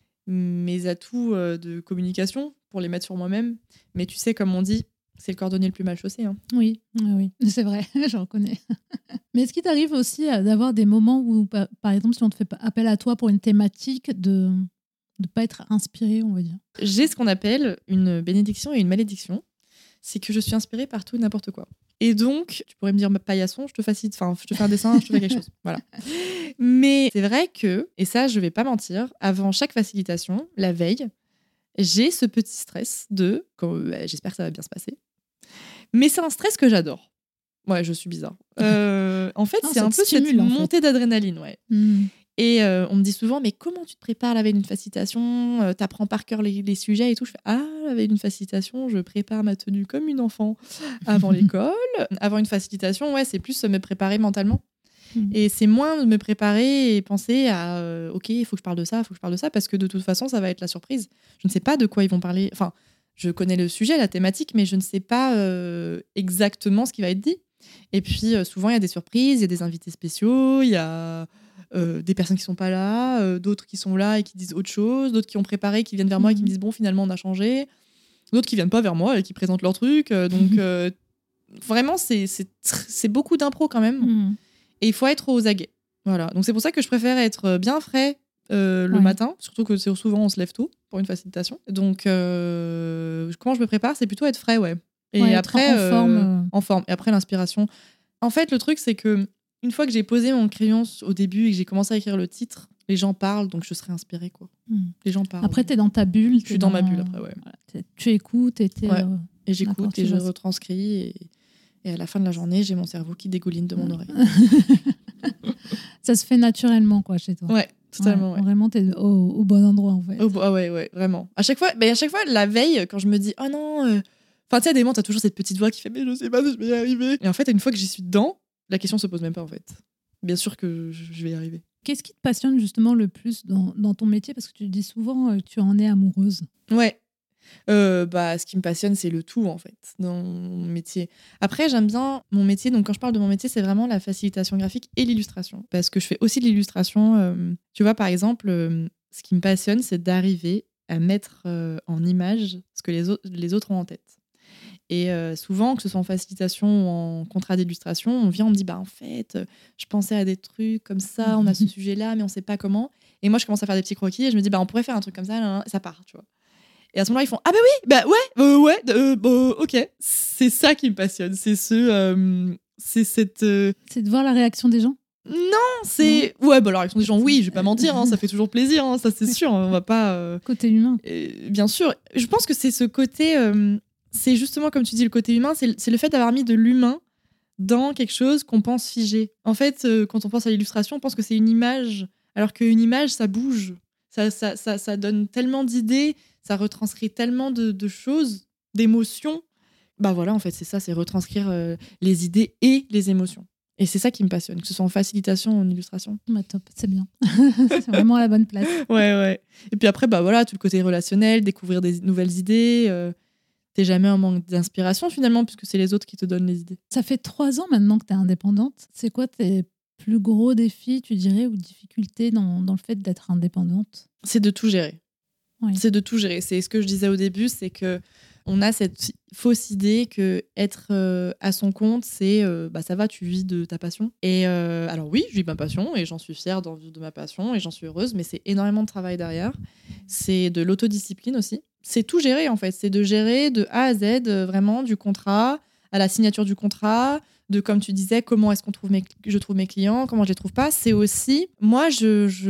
atouts de communication pour les mettre sur moi-même. Mais tu sais, comme on dit, c'est le cordonnier le plus mal chaussé. Hein. Oui, c'est vrai, je reconnais. Mais est-ce qu'il t'arrive aussi d'avoir des moments où, par exemple, si on te fait appel à toi pour une thématique, de ne pas être inspiré, on va dire? J'ai ce qu'on appelle une bénédiction et une malédiction. C'est que je suis inspirée par tout et n'importe quoi. Et donc, tu pourrais me dire paillasson, je te fais un dessin, je te fais quelque chose. Voilà. Mais c'est vrai que, et ça, je vais pas mentir, avant chaque facilitation, la veille, j'ai ce petit stress j'espère que ça va bien se passer. Mais c'est un stress que j'adore. Ouais, je suis bizarre. En fait, c'est un peu cette montée d'adrénaline, ouais. Et on me dit souvent, mais comment tu te prépares la veille d'une facilitation? T'apprends par cœur les sujets et tout. Je fais, la veille d'une facilitation, je prépare ma tenue comme une enfant avant l'école. Avant une facilitation, c'est plus me préparer mentalement. Et c'est moins me préparer et penser à ok, il faut que je parle de ça, parce que de toute façon, ça va être la surprise. Je ne sais pas de quoi ils vont parler. Enfin, je connais le sujet, la thématique, mais je ne sais pas exactement ce qui va être dit. Et puis, souvent, il y a des surprises, il y a des invités spéciaux, il y a des personnes qui sont pas là, d'autres qui sont là et qui disent autre chose, d'autres qui ont préparé, qui viennent vers moi et qui me disent bon, finalement, on a changé. D'autres qui viennent pas vers moi et qui présentent leur truc. Donc, vraiment, c'est beaucoup d'impro quand même. Et il faut être aux aguets. Voilà. Donc, c'est pour ça que je préfère être bien frais le matin, surtout que souvent on se lève tôt pour une facilitation. Donc, comment je me prépare? C'est plutôt être frais, Et après, en forme. Et après, l'inspiration. En fait, le truc, c'est que une fois que j'ai posé mon crayon au début et que j'ai commencé à écrire le titre, les gens parlent, donc je serai inspirée, quoi. Les gens parlent. Après, t'es dans ta bulle. Je suis dans ma bulle, après, Tu écoutes et et j'écoute et je retranscris. Et à la fin de la journée, j'ai mon cerveau qui dégouline de mon oreille. Ça se fait naturellement, quoi, chez toi. Ouais, Totalement, ouais. Vraiment, t'es au bon endroit, en fait. Ah ouais, vraiment. À chaque fois, la veille, quand je me dis, oh non. Enfin, tu sais, à des moments, t'as toujours cette petite voix qui fait, mais je sais pas si je vais y arriver. Et en fait, une fois que j'y suis dedans, la question se pose même pas, en fait. Bien sûr que je vais y arriver. Qu'est-ce qui te passionne justement le plus dans ton métier? Parce que tu dis souvent que tu en es amoureuse. Ouais. Ce qui me passionne, c'est le tout, en fait, dans mon métier. Après, j'aime bien mon métier. Donc, quand je parle de mon métier, c'est vraiment la facilitation graphique et l'illustration. Parce que je fais aussi de l'illustration. Tu vois, par exemple, ce qui me passionne, c'est d'arriver à mettre en image ce que les autres ont en tête. Et souvent, que ce soit en facilitation ou en contrat d'illustration, on vient, on me dit, en fait, je pensais à des trucs comme ça, on a ce sujet-là, mais on sait pas comment. Et moi, je commence à faire des petits croquis et je me dis, on pourrait faire un truc comme ça, là, ça part, tu vois. Et à ce moment-là, ils font, ah bah oui, ok. C'est ça qui me passionne. C'est c'est cette... C'est de voir la réaction des gens? Non, c'est... Ouais, la réaction des gens, oui, je vais pas mentir, hein, ça fait toujours plaisir, hein, ça c'est sûr, on va pas... Côté humain. Bien sûr. Je pense que c'est ce côté... c'est justement, comme tu dis, le côté humain, c'est le fait d'avoir mis de l'humain dans quelque chose qu'on pense figé. En fait, quand on pense à l'illustration, on pense que c'est une image, alors qu'une image, ça bouge. Ça donne tellement d'idées, ça retranscrit tellement de choses, d'émotions. Voilà, en fait, c'est ça, c'est retranscrire les idées et les émotions. Et c'est ça qui me passionne, que ce soit en facilitation ou en illustration. Top, c'est bien. C'est vraiment à la bonne place. Ouais. Et puis après, tout le côté relationnel, découvrir des nouvelles idées. T'es jamais en manque d'inspiration finalement, puisque c'est les autres qui te donnent les idées. Ça fait 3 ans maintenant que t'es indépendante. C'est quoi tes plus gros défis, tu dirais, ou difficultés dans le fait d'être indépendante? C'est de tout gérer. Oui. C'est de tout gérer. C'est ce que je disais au début, c'est que on a cette fausse idée que être à son compte, c'est ça va, tu vis de ta passion. Et alors oui, je vis ma passion et j'en suis fière d'en vivre de ma passion et j'en suis heureuse, mais c'est énormément de travail derrière. C'est de l'autodiscipline aussi. C'est tout gérer en fait. C'est de gérer de A à Z, vraiment du contrat à la signature du contrat, de comme tu disais, comment est-ce je trouve mes clients, comment je les trouve pas. C'est aussi, moi, si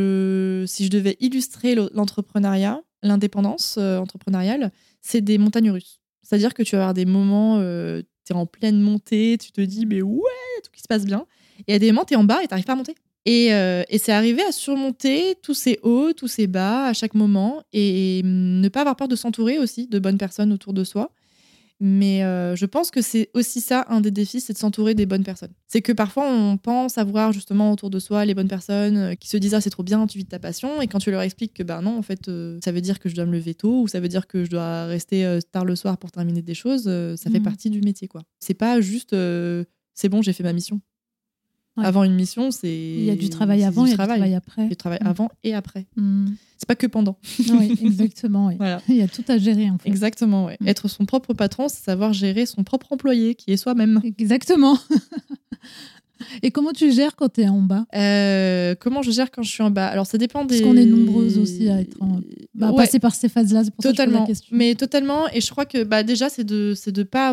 je devais illustrer l'entrepreneuriat, l'indépendance entrepreneuriale, c'est des montagnes russes. C'est-à-dire que tu vas avoir des moments, tu es en pleine montée, tu te dis, mais ouais, tout qui se passe bien. Et il y a des moments, tu es en bas et tu n'arrives pas à monter. Et c'est arriver à surmonter tous ces hauts, tous ces bas à chaque moment et ne pas avoir peur de s'entourer aussi de bonnes personnes autour de soi. Mais je pense que c'est aussi ça, un des défis, c'est de s'entourer des bonnes personnes. C'est que parfois, on pense avoir justement autour de soi les bonnes personnes qui se disent « Ah, c'est trop bien, tu vis de ta passion ». Et quand tu leur expliques que non, en fait, ça veut dire que je dois me lever tôt ou ça veut dire que je dois rester tard le soir pour terminer des choses, ça fait partie du métier, quoi. C'est pas juste c'est bon, j'ai fait ma mission. Ouais. Avant une mission, c'est... Il y a du travail avant, il y a du travail après. Il y a du travail avant et après. C'est pas que pendant. Oui, exactement. Oui. Voilà. Il y a tout à gérer, en fait. Exactement, ouais. Être son propre patron, c'est savoir gérer son propre employé, qui est soi-même. Exactement. Et comment tu gères quand tu es en bas ? Comment je gère quand je suis en bas ? Alors, ça dépend des... Parce qu'on est nombreuses aussi à être passer par ces phases-là, c'est pour totalement. Ça que je pose la question. Mais totalement, et je crois que déjà, c'est de pas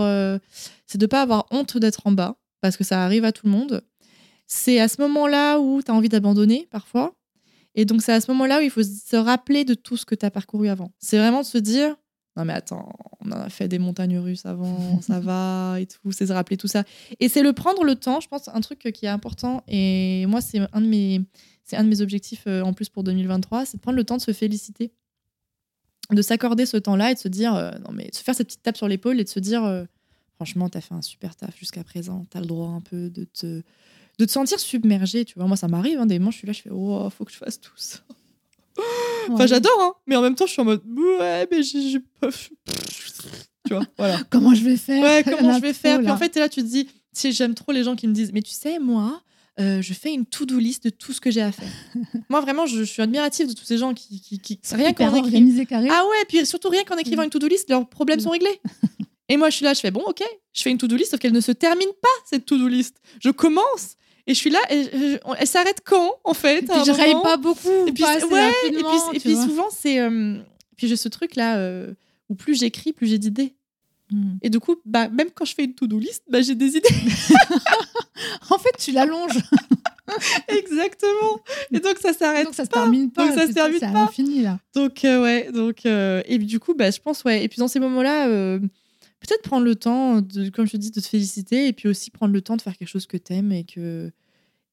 avoir honte d'être en bas, parce que ça arrive à tout le monde. C'est à ce moment-là où tu as envie d'abandonner, parfois. Et donc, c'est à ce moment-là où il faut se rappeler de tout ce que tu as parcouru avant. C'est vraiment de se dire, non mais attends, on a fait des montagnes russes avant, ça va et tout. C'est de rappeler tout ça. Et c'est prendre le temps, je pense, un truc qui est important. Et moi, c'est un de mes objectifs en plus pour 2023, c'est de prendre le temps de se féliciter. De s'accorder ce temps-là et de se dire, non mais de se faire cette petite tape sur l'épaule et de se dire, franchement, t'as fait un super taf jusqu'à présent. T'as le droit un peu de te sentir submergé, tu vois. Moi, ça m'arrive, des moments, je suis là, je fais, oh, faut que je fasse tout ça. Enfin, j'adore, hein, mais en même temps, je suis en mode, ouais, mais j'ai pas... Tu vois, voilà. Comment je vais faire ? Ouais, comment je vais faire ? Puis en fait, t'es là, tu te dis, j'aime trop les gens qui me disent, mais tu sais, moi, je fais une to-do list de tout ce que j'ai à faire. Moi, vraiment, je suis admirative de tous ces gens qui rien qu'en organisé carré. Ah ouais, puis surtout rien qu'en écrivant une to-do list, leurs problèmes sont réglés. Et moi, je suis là, je fais, bon, ok, je fais une to-do list, sauf qu'elle ne se termine pas, cette to-do list. Je commence. Et je suis là, et elle s'arrête quand, en fait ? Et puis je raye pas beaucoup, et puis, pas assez rapidement. Et puis souvent, c'est... puis j'ai ce truc-là où plus j'écris, plus j'ai d'idées. Et du coup, même quand je fais une to-do list, j'ai des idées. En fait, tu l'allonges. Exactement. Et donc, ça s'arrête. Donc, ça se termine pas. Donc, ça se termine pas. C'est à l'infini, là. Donc, ouais. Et du coup, je pense, ouais. Et puis, dans ces moments-là... peut-être prendre le temps, comme je te dis, de te féliciter et puis aussi prendre le temps de faire quelque chose que t'aimes et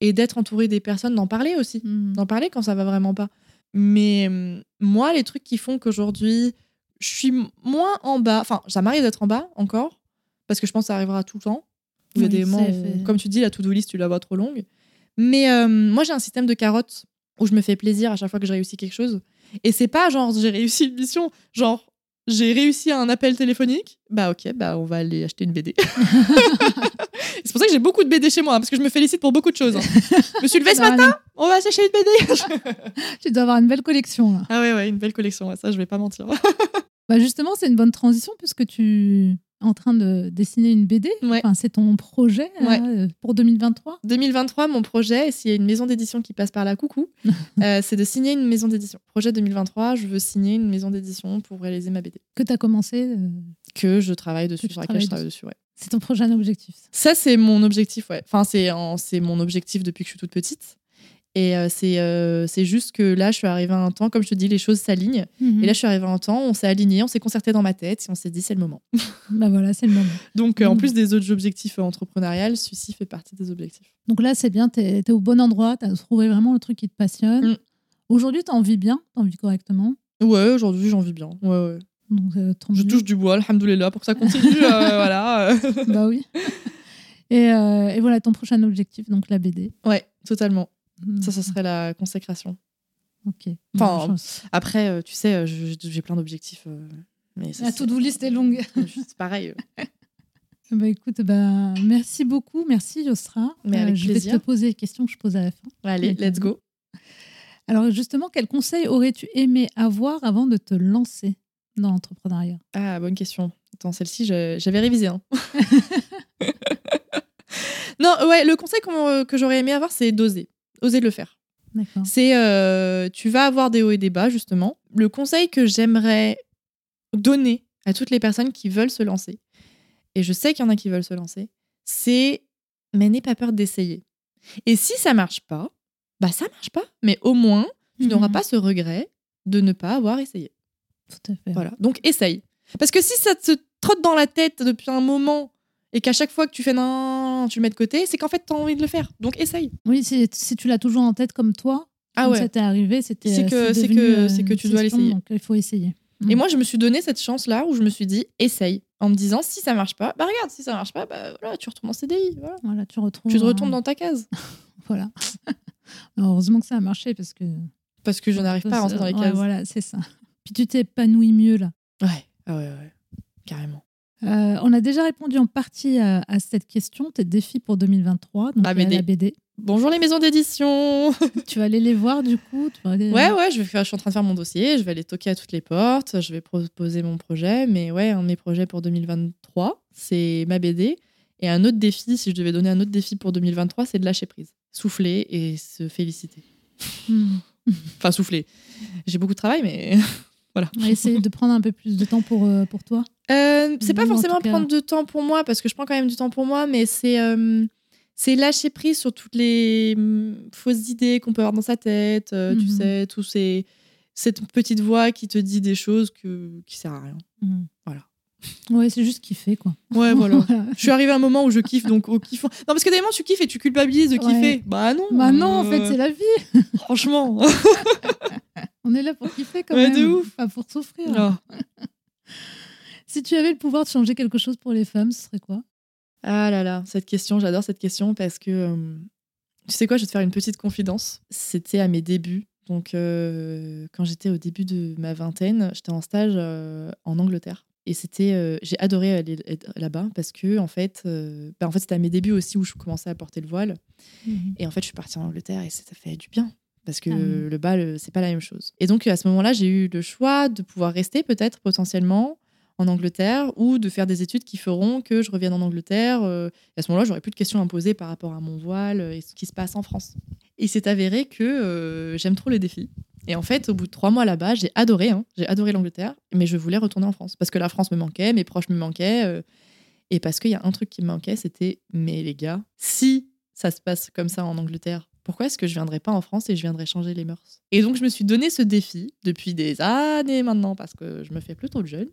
et d'être entourée des personnes, d'en parler aussi. D'en parler quand ça va vraiment pas. Mais moi, les trucs qui font qu'aujourd'hui, je suis moins en bas. Enfin, ça m'arrive d'être en bas encore, parce que je pense que ça arrivera tout le temps. Il y a des moments où, comme tu dis, la to-do list, tu la vois trop longue. Mais moi, j'ai un système de carottes où je me fais plaisir à chaque fois que je réussis quelque chose. Et c'est pas genre j'ai réussi une mission, genre j'ai réussi un appel téléphonique. Bah ok, bah on va aller acheter une BD. C'est pour ça que j'ai beaucoup de BD chez moi, parce que je me félicite pour beaucoup de choses. Je me suis levée ce matin, on va acheter une BD. Tu dois avoir une belle collection là. Ah ouais, une belle collection, ouais, ça je vais pas mentir. Bah justement, c'est une bonne transition puisque tu es en train de dessiner une BD. Ouais. Enfin, c'est ton projet là, pour 2023. 2023, mon projet, s'il y a une maison d'édition qui passe par là, coucou, c'est de signer une maison d'édition. Projet 2023, je veux signer une maison d'édition pour réaliser ma BD. Que tu as commencé. Que je travaille dessus, sur laquelle je travaille dessus, ouais. C'est ton prochain objectif. Ça, c'est mon objectif, ouais. Enfin, c'est mon objectif depuis que je suis toute petite. Et c'est juste que là, je suis arrivée à un temps, comme je te dis, les choses s'alignent. Et là, je suis arrivée à un temps, on s'est aligné, on s'est concerté dans ma tête et on s'est dit, c'est le moment. Bah voilà, c'est le moment. Donc, en plus des autres objectifs entrepreneuriaux, celui-ci fait partie des objectifs. Donc là, c'est bien, t'es au bon endroit, t'as trouvé vraiment le truc qui te passionne. Aujourd'hui, t'en vis bien, t'en vis correctement. Ouais, aujourd'hui, j'en vis bien. Ouais. Donc, je touche du bois, alhamdoulilah, pour que ça continue. Voilà. Bah oui. Et voilà, ton prochain objectif, donc la BD. Ouais, totalement. Ça serait la consécration. Ok. Enfin, après, tu sais, j'ai plein d'objectifs. Mais la to-do list est longue. C'est pareil. Bah écoute, merci beaucoup. Merci Yosra. Mais avec je plaisir. vais te poser les questions que je pose à la fin. Allez, let's go. Alors justement, quels conseils aurais-tu aimé avoir avant de te lancer dans l'entrepreneuriat? Ah, bonne question. Attends, celle-ci, j'avais révisé. Hein. Non, ouais, le conseil que j'aurais aimé avoir, c'est d'oser. Oser le faire. D'accord. C'est, tu vas avoir des hauts et des bas, justement. Le conseil que j'aimerais donner à toutes les personnes qui veulent se lancer, et je sais qu'il y en a qui veulent se lancer, c'est, mais n'aie pas peur d'essayer. Et si ça marche pas, bah ça marche pas. Mais au moins, tu n'auras pas ce regret de ne pas avoir essayé. Tout à fait. Voilà. Donc, essaye. Parce que si ça te trotte dans la tête depuis un moment et qu'à chaque fois que tu fais non, tu le mets de côté, c'est qu'en fait, tu as envie de le faire. Donc, essaye. Oui, si tu l'as toujours en tête comme toi, quand ça t'est arrivé, c'est que tu dois l'essayer. Donc, il faut essayer. Et moi, je me suis donné cette chance-là où je me suis dit, essaye. En me disant, si ça marche pas, bah regarde, si ça marche pas, bah voilà, tu retournes en CDI. Voilà, tu te retournes dans ta case. Voilà. Heureusement que ça a marché parce que je n'arrive pas à rentrer dans les cases. Ouais, voilà, c'est ça. Puis tu t'es épanoui mieux là. Ouais. Carrément. On a déjà répondu en partie à cette question, tes défis pour 2023, donc la BD. Bonjour les maisons d'édition. Tu vas aller les voir du coup Ouais, je suis en train de faire mon dossier, je vais aller toquer à toutes les portes, je vais proposer mon projet, mais ouais, un de mes projets pour 2023, c'est ma BD. Et un autre défi, si je devais donner un autre défi pour 2023, c'est de lâcher prise. Souffler et se féliciter. Enfin, souffler. J'ai beaucoup de travail, mais voilà. Essayer de prendre un peu plus de temps pour toi. C'est pas forcément prendre de temps pour moi, parce que je prends quand même du temps pour moi, mais c'est lâcher prise sur toutes les fausses idées qu'on peut avoir dans sa tête, tu sais, cette petite voix qui te dit des choses qui servent à rien. Voilà. Ouais, c'est juste kiffer, quoi. Ouais, voilà. Je suis arrivée à un moment où je kiffe, donc au kiff. Non, parce que des moments, tu kiffes et tu culpabilises de kiffer. Bah non. Bah non, en fait, c'est la vie. Franchement. On est là pour kiffer, quand même. De ouf. Pas pour souffrir. Si tu avais le pouvoir de changer quelque chose pour les femmes, ce serait quoi? Ah là là, cette question, j'adore cette question parce que tu sais quoi, je vais te faire une petêtre confidence. C'était à mes débuts. Donc, quand j'étais au début de ma vingtaine, j'étais en stage en Angleterre. Et j'ai adoré aller là-bas parce que en fait c'était à mes débuts aussi où je commençais à porter le voile. Et en fait, je suis partie en Angleterre et ça fait du bien parce que le bal, c'est pas la même chose. Et donc à ce moment-là, j'ai eu le choix de pouvoir rester peut-être potentiellement en Angleterre ou de faire des études qui feront que je revienne en Angleterre. Et à ce moment-là, j'aurais plus de questions à me poser par rapport à mon voile et ce qui se passe en France. Et il s'est avéré que j'aime trop les défis. Et en fait, au bout de 3 mois là-bas, j'ai adoré l'Angleterre, mais je voulais retourner en France parce que la France me manquait, mes proches me manquaient, et parce qu'il y a un truc qui me manquait, c'était, mais les gars, si ça se passe comme ça en Angleterre, pourquoi est-ce que je viendrais pas en France et je viendrais changer les mœurs? Et donc, je me suis donné ce défi depuis des années maintenant parce que je me fais plutôt jeune.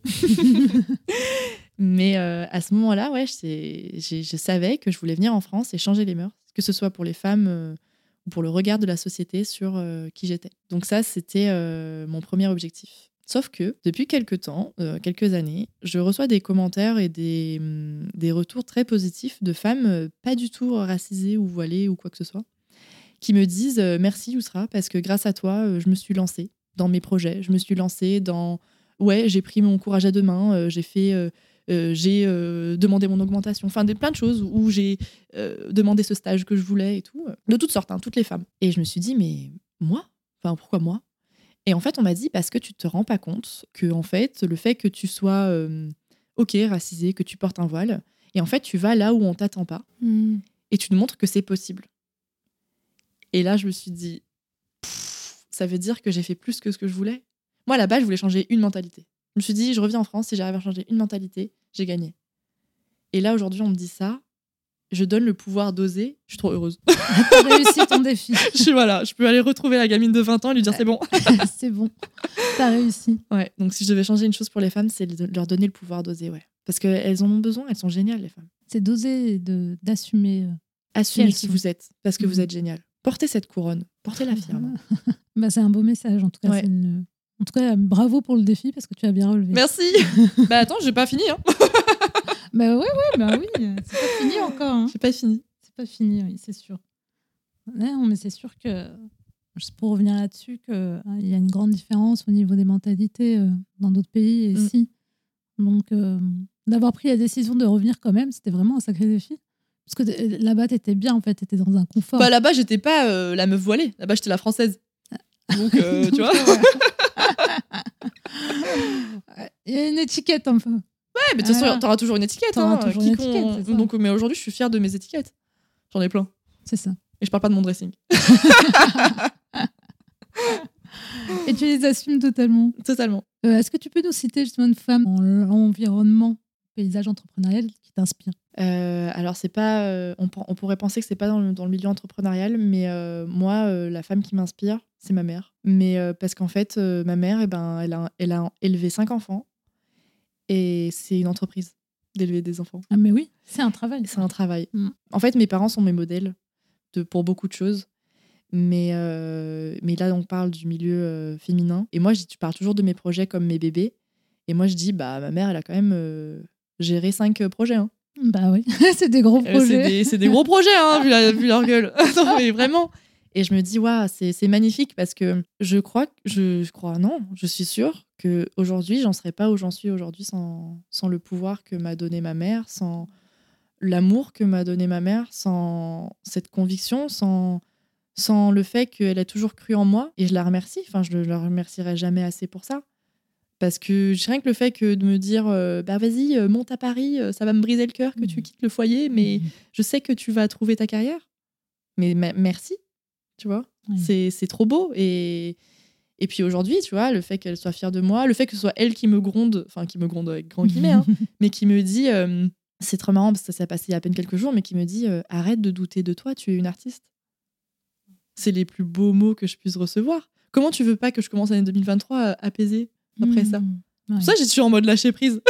Mais à ce moment-là, ouais, je savais que je voulais venir en France et changer les mœurs. que ce soit pour les femmes ou pour le regard de la société sur qui j'étais. Donc ça, c'était mon premier objectif. Sauf que depuis quelques temps, quelques années, je reçois des commentaires et des retours très positifs de femmes pas du tout racisées ou voilées ou quoi que ce soit, qui me disent merci Yousra, parce que grâce à toi, je me suis lancée dans mes projets, je me suis lancée dans... Ouais, j'ai pris mon courage à deux mains, j'ai demandé mon augmentation, enfin plein de choses où j'ai demandé ce stage que je voulais et tout, de toutes sortes, toutes les femmes. Et je me suis dit, mais moi ? Enfin, pourquoi moi ? Et en fait, on m'a dit, parce que tu te rends pas compte que en fait, le fait que tu sois racisé, que tu portes un voile, et en fait, tu vas là où on t'attend pas, et tu te montres que c'est possible. Et là, je me suis dit, ça veut dire que j'ai fait plus que ce que je voulais. Moi, là-bas, je voulais changer une mentalité. Je me suis dit, je reviens en France, si j'arrive à changer une mentalité, j'ai gagné. Et là, aujourd'hui, on me dit ça, je donne le pouvoir d'oser, je suis trop heureuse. T'as réussi ton défi. Je peux aller retrouver la gamine de 20 ans et lui dire c'est bon. C'est bon, t'as réussi. Ouais, donc si je devais changer une chose pour les femmes, c'est de leur donner le pouvoir d'oser, ouais. Parce qu'elles en ont besoin, elles sont géniales, les femmes. C'est d'oser et d'assumer. Assumez qui vous êtes, parce que vous êtes génial. Portez cette couronne, portez-la fièrement. C'est un beau message, en tout cas. Ouais. En tout cas, bravo pour le défi, parce que tu as bien relevé. Merci. Attends, j'ai pas fini. Oui, c'est pas fini encore. J'ai pas fini. C'est pas fini, oui, c'est sûr. Non, mais c'est sûr que, juste pour revenir là-dessus, qu'il y a une grande différence au niveau des mentalités dans d'autres pays et ici. Donc, d'avoir pris la décision de revenir quand même, c'était vraiment un sacré défi. Parce que là-bas, t'étais bien, en fait, t'étais dans un confort. Là-bas, j'étais pas la meuf voilée. Là-bas, j'étais la française. Donc, tu vois. Il y a une étiquette, enfin. Ouais, mais de toute façon, t'auras toujours une étiquette. Donc, mais aujourd'hui, je suis fière de mes étiquettes. J'en ai plein. C'est ça. Et je parle pas de mon dressing. Et tu les assumes totalement. Totalement. Est-ce que tu peux nous citer justement une femme en environnement, paysage entrepreneurial qui t'inspire ? Alors, c'est pas. On pourrait penser que c'est pas dans le milieu entrepreneurial, mais moi, la femme qui m'inspire, c'est ma mère. Mais parce qu'en fait, ma mère, elle a élevé 5 enfants et c'est une entreprise d'élever des enfants. Ah, mais oui, c'est un travail. C'est un travail. En fait, mes parents sont mes modèles pour beaucoup de choses. Mais là, on parle du milieu féminin. Et moi, tu parles toujours de mes projets comme mes bébés. Et moi, je dis, ma mère, elle a quand même géré 5 projets. Hein. Bah oui, c'est des gros projets. C'est des gros projets, vu leur gueule. Non, mais vraiment. Et je me dis, waouh, c'est magnifique parce que je suis sûre qu'aujourd'hui, j'en serais pas où j'en suis aujourd'hui sans le pouvoir que m'a donné ma mère, sans l'amour que m'a donné ma mère, sans cette conviction, sans le fait qu'elle a toujours cru en moi. Et je la remercie. Enfin, je ne la remercierai jamais assez pour ça. Parce que rien que le fait de me dire vas-y, monte à Paris, ça va me briser le cœur que tu quittes le foyer, mais je sais que tu vas trouver ta carrière. Mais merci, tu vois. C'est trop beau. Et puis aujourd'hui, tu vois, le fait qu'elle soit fière de moi, le fait que ce soit elle qui me gronde avec grand guillemets, mais qui me dit, c'est trop marrant parce que ça s'est passé il y a à peine quelques jours, mais qui me dit arrête de douter de toi, tu es une artiste. C'est les plus beaux mots que je puisse recevoir. Comment tu veux pas que je commence l'année 2023 apaisée après ça? Pour ça, je suis en mode lâcher prise.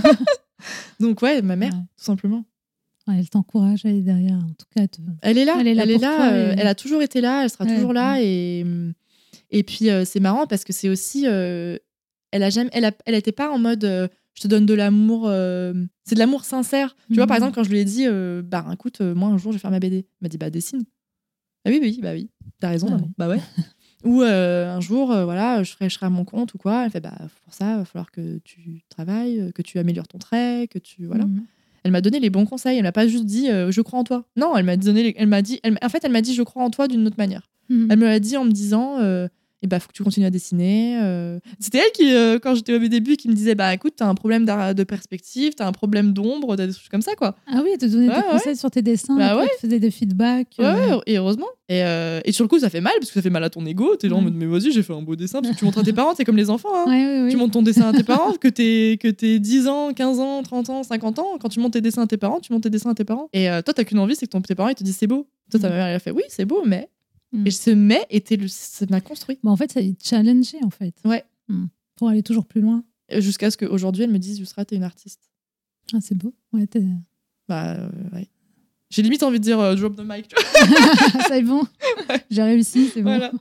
Donc ouais, ma mère, tout simplement. Ouais, elle t'encourage, elle est derrière. En tout cas, elle est là. Elle a toujours été là, elle sera toujours là. Et puis, c'est marrant parce que c'est aussi... elle était pas en mode je te donne de l'amour. C'est de l'amour sincère. Tu vois, par exemple, quand je lui ai dit écoute, moi, un jour, je vais faire ma BD. Elle m'a dit dessine. Ah oui, t'as raison, maman. Bah ouais. Ou un jour, je serai à mon compte ou quoi. Elle fait pour ça, il va falloir que tu travailles, que tu améliores ton trait, que tu voilà. Elle m'a donné les bons conseils. Elle m'a pas juste dit je crois en toi. Non, elle m'a dit je crois en toi d'une autre manière. Elle me l'a dit en me disant faut que tu continues à dessiner. C'était elle qui, quand j'étais au début, qui me disait écoute, t'as un problème de perspective, t'as un problème d'ombre, des trucs comme ça quoi. Ah oui, elle te donnait des conseils sur tes dessins, elle te faisait des feedbacks. Et heureusement. Et sur le coup, ça fait mal parce que ça fait mal à ton ego. T'es genre en mode mais vas-y, j'ai fait un beau dessin parce que tu montres à tes parents, c'est comme les enfants. Hein. Tu montres ton dessin à tes parents, que t'es 10 ans, 15 ans, 30 ans, 50 ans. Quand tu montes tes dessins à tes parents, tu montes tes dessins à tes parents. Et toi, t'as qu'une envie, c'est que tes parents ils te disent c'est beau. Toi, ta mère elle a fait oui, c'est beau, mais. Et ce mais ça m'a construit. En fait, ça a challengé en fait. Ouais. Pour aller toujours plus loin. Jusqu'à ce qu'aujourd'hui, elle me dise Yousra, t'es une artiste. Ah, c'est beau. Ouais, ouais. J'ai limite envie de dire drop the mic. Tu vois. Ça est bon. J'ai réussi, c'est bon. Voilà.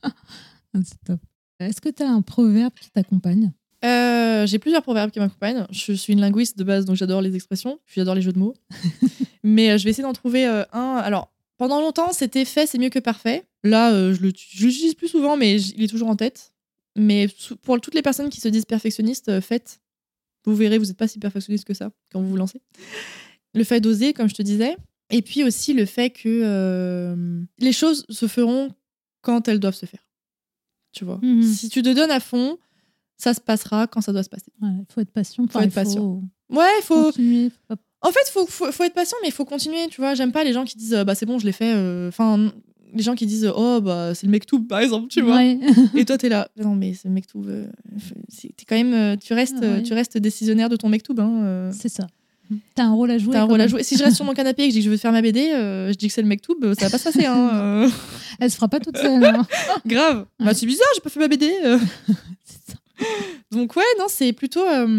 C'est top. Est-ce que tu as un proverbe qui t'accompagne ? J'ai plusieurs proverbes qui m'accompagnent. Je suis une linguiste de base, donc j'adore les expressions, j'adore les jeux de mots. Mais je vais essayer d'en trouver un. Alors, pendant longtemps, c'était fait, c'est mieux que parfait. Là, je l'utilise plus souvent, mais il est toujours en tête. Mais pour toutes les personnes qui se disent perfectionnistes, faites. Vous verrez, vous n'êtes pas si perfectionniste que ça quand vous vous lancez. Le fait d'oser, comme je te disais. Et puis aussi le fait que les choses se feront quand elles doivent se faire. Tu vois. Si tu te donnes à fond, ça se passera quand ça doit se passer. Il faut être patient. Faut être patient. Ouais, il faut continuer. En fait, faut être patient, mais il faut continuer. Tu vois, j'aime pas les gens qui disent c'est bon, je l'ai fait. Enfin, les gens qui disent c'est le mektoub par exemple, tu vois. Ouais. Et toi t'es là. Non mais c'est le mektoub. T'es quand même. Tu restes décisionnaire de ton mektoub. Hein. C'est ça. T'as un rôle à jouer. Si je reste sur mon canapé et que je dis que je veux faire ma BD, je dis que c'est le mektoub, ça va pas se passer. Hein. Elle se fera pas toute seule. Hein. Grave. Ouais. Bah, c'est bizarre, j'ai pas fait ma BD. C'est ça. Donc ouais, non, c'est plutôt...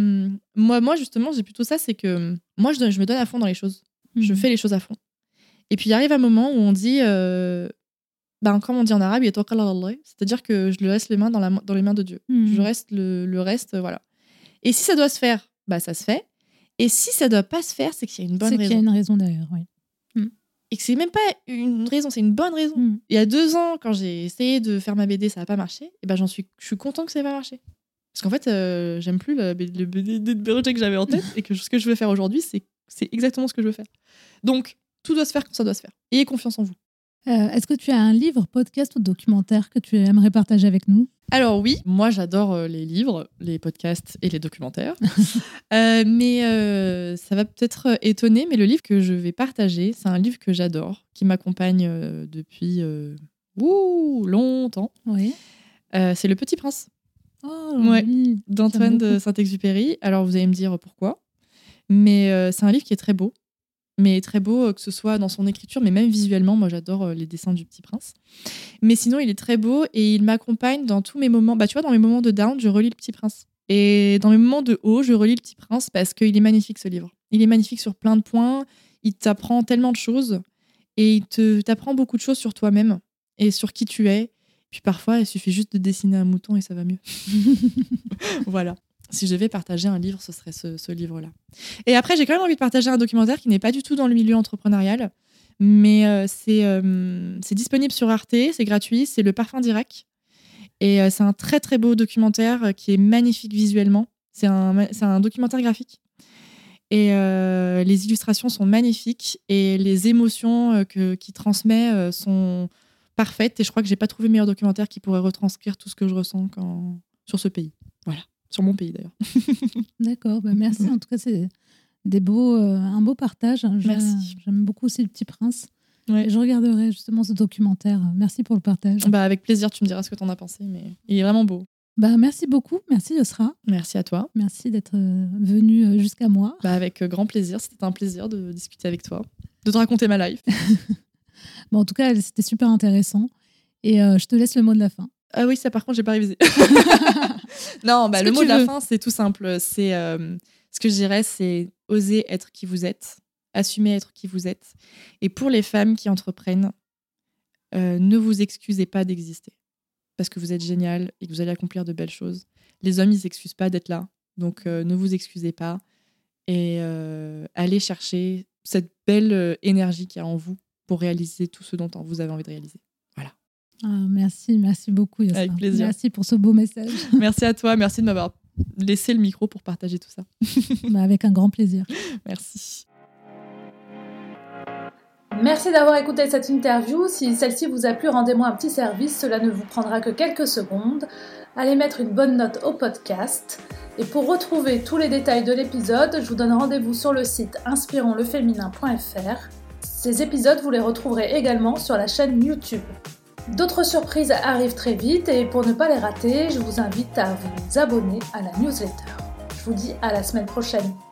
moi, justement, j'ai plutôt ça, c'est que moi, je me donne à fond dans les choses. Je fais les choses à fond. Et puis, il arrive un moment où on dit... comme on dit en arabe, c'est-à-dire que je le laisse les mains dans les mains de Dieu. Je reste le reste, voilà. Et si ça doit se faire, ça se fait. Et si ça doit pas se faire, c'est qu'il y a une bonne raison. C'est qu'il y a une raison derrière, oui. Et que c'est même pas une raison, c'est une bonne raison. Il y a 2 ans, quand j'ai essayé de faire ma BD, ça n'a pas marché. Et je suis content que ça n'ait pas marché. Parce qu'en fait, j'aime plus le BD de Béroté que j'avais en tête. Et que ce que je veux faire aujourd'hui, c'est exactement ce que je veux faire. Donc, tout doit se faire quand ça doit se faire. Ayez confiance en vous. Est-ce que tu as un livre, podcast ou documentaire que tu aimerais partager avec nous ? Alors oui, moi j'adore les livres, les podcasts et les documentaires. Mais ça va peut-être étonner, mais le livre que je vais partager, c'est un livre que j'adore, qui m'accompagne depuis longtemps. Oui. C'est Le Petit Prince. Oh, oui. D'Antoine de Saint-Exupéry. Alors vous allez me dire pourquoi, mais c'est un livre qui est très beau. Mais très beau, que ce soit dans son écriture, mais même visuellement. Moi, j'adore les dessins du Petit Prince. Mais sinon, il est très beau et il m'accompagne dans tous mes moments. Tu vois, dans mes moments de down, je relis Le Petit Prince. Et dans mes moments de haut, je relis Le Petit Prince parce qu'il est magnifique, ce livre. Il est magnifique sur plein de points. Il t'apprend tellement de choses. Et il t'apprend beaucoup de choses sur toi-même et sur qui tu es. Puis parfois, il suffit juste de dessiner un mouton et ça va mieux. Voilà. Si je devais partager un livre, ce serait ce livre-là. Et après, j'ai quand même envie de partager un documentaire qui n'est pas du tout dans le milieu entrepreneurial, mais c'est disponible sur Arte, c'est gratuit, c'est Le Parfum d'Irak. Et c'est un très très beau documentaire qui est magnifique visuellement. C'est un documentaire graphique. Et les illustrations sont magnifiques et les émotions qu'il transmet sont parfaites. Et je crois que j'ai pas trouvé meilleur documentaire qui pourrait retranscrire tout ce que je ressens sur ce pays. Voilà. Sur mon pays d'ailleurs. D'accord, merci. En tout cas, c'est un beau partage. Merci. J'aime beaucoup aussi Le Petit Prince. Ouais. Et je regarderai justement ce documentaire. Merci pour le partage. Avec plaisir, tu me diras ce que tu en as pensé, mais il est vraiment beau. Merci beaucoup. Merci Yosra. Merci à toi. Merci d'être venue jusqu'à moi. Avec grand plaisir. C'était un plaisir de discuter avec toi, de te raconter ma life. En tout cas, c'était super intéressant. Et je te laisse le mot de la fin. Ah oui, ça par contre, j'ai pas révisé. Non, le mot de la fin, c'est tout simple. C'est ce que je dirais, c'est oser être qui vous êtes, assumer être qui vous êtes. Et pour les femmes qui entreprennent, ne vous excusez pas d'exister. Parce que vous êtes génial et que vous allez accomplir de belles choses. Les hommes, ils s'excusent pas d'être là. Donc, ne vous excusez pas. Et allez chercher cette belle énergie qu'il y a en vous pour réaliser tout ce dont vous avez envie de réaliser. Voilà. Merci beaucoup Yosra. Avec plaisir. Merci pour ce beau message. Merci à toi, merci de m'avoir laissé le micro pour partager tout ça. Avec un grand plaisir. Merci. Merci d'avoir écouté cette interview. Si celle-ci vous a plu, rendez-moi un petit service. Cela ne vous prendra que quelques secondes. Allez mettre une bonne note au podcast. Et pour retrouver tous les détails de l'épisode, je vous donne rendez-vous sur le site inspironsleféminin.fr. Ces épisodes, vous les retrouverez également sur la chaîne YouTube. D'autres surprises arrivent très vite et pour ne pas les rater, je vous invite à vous abonner à la newsletter. Je vous dis à la semaine prochaine.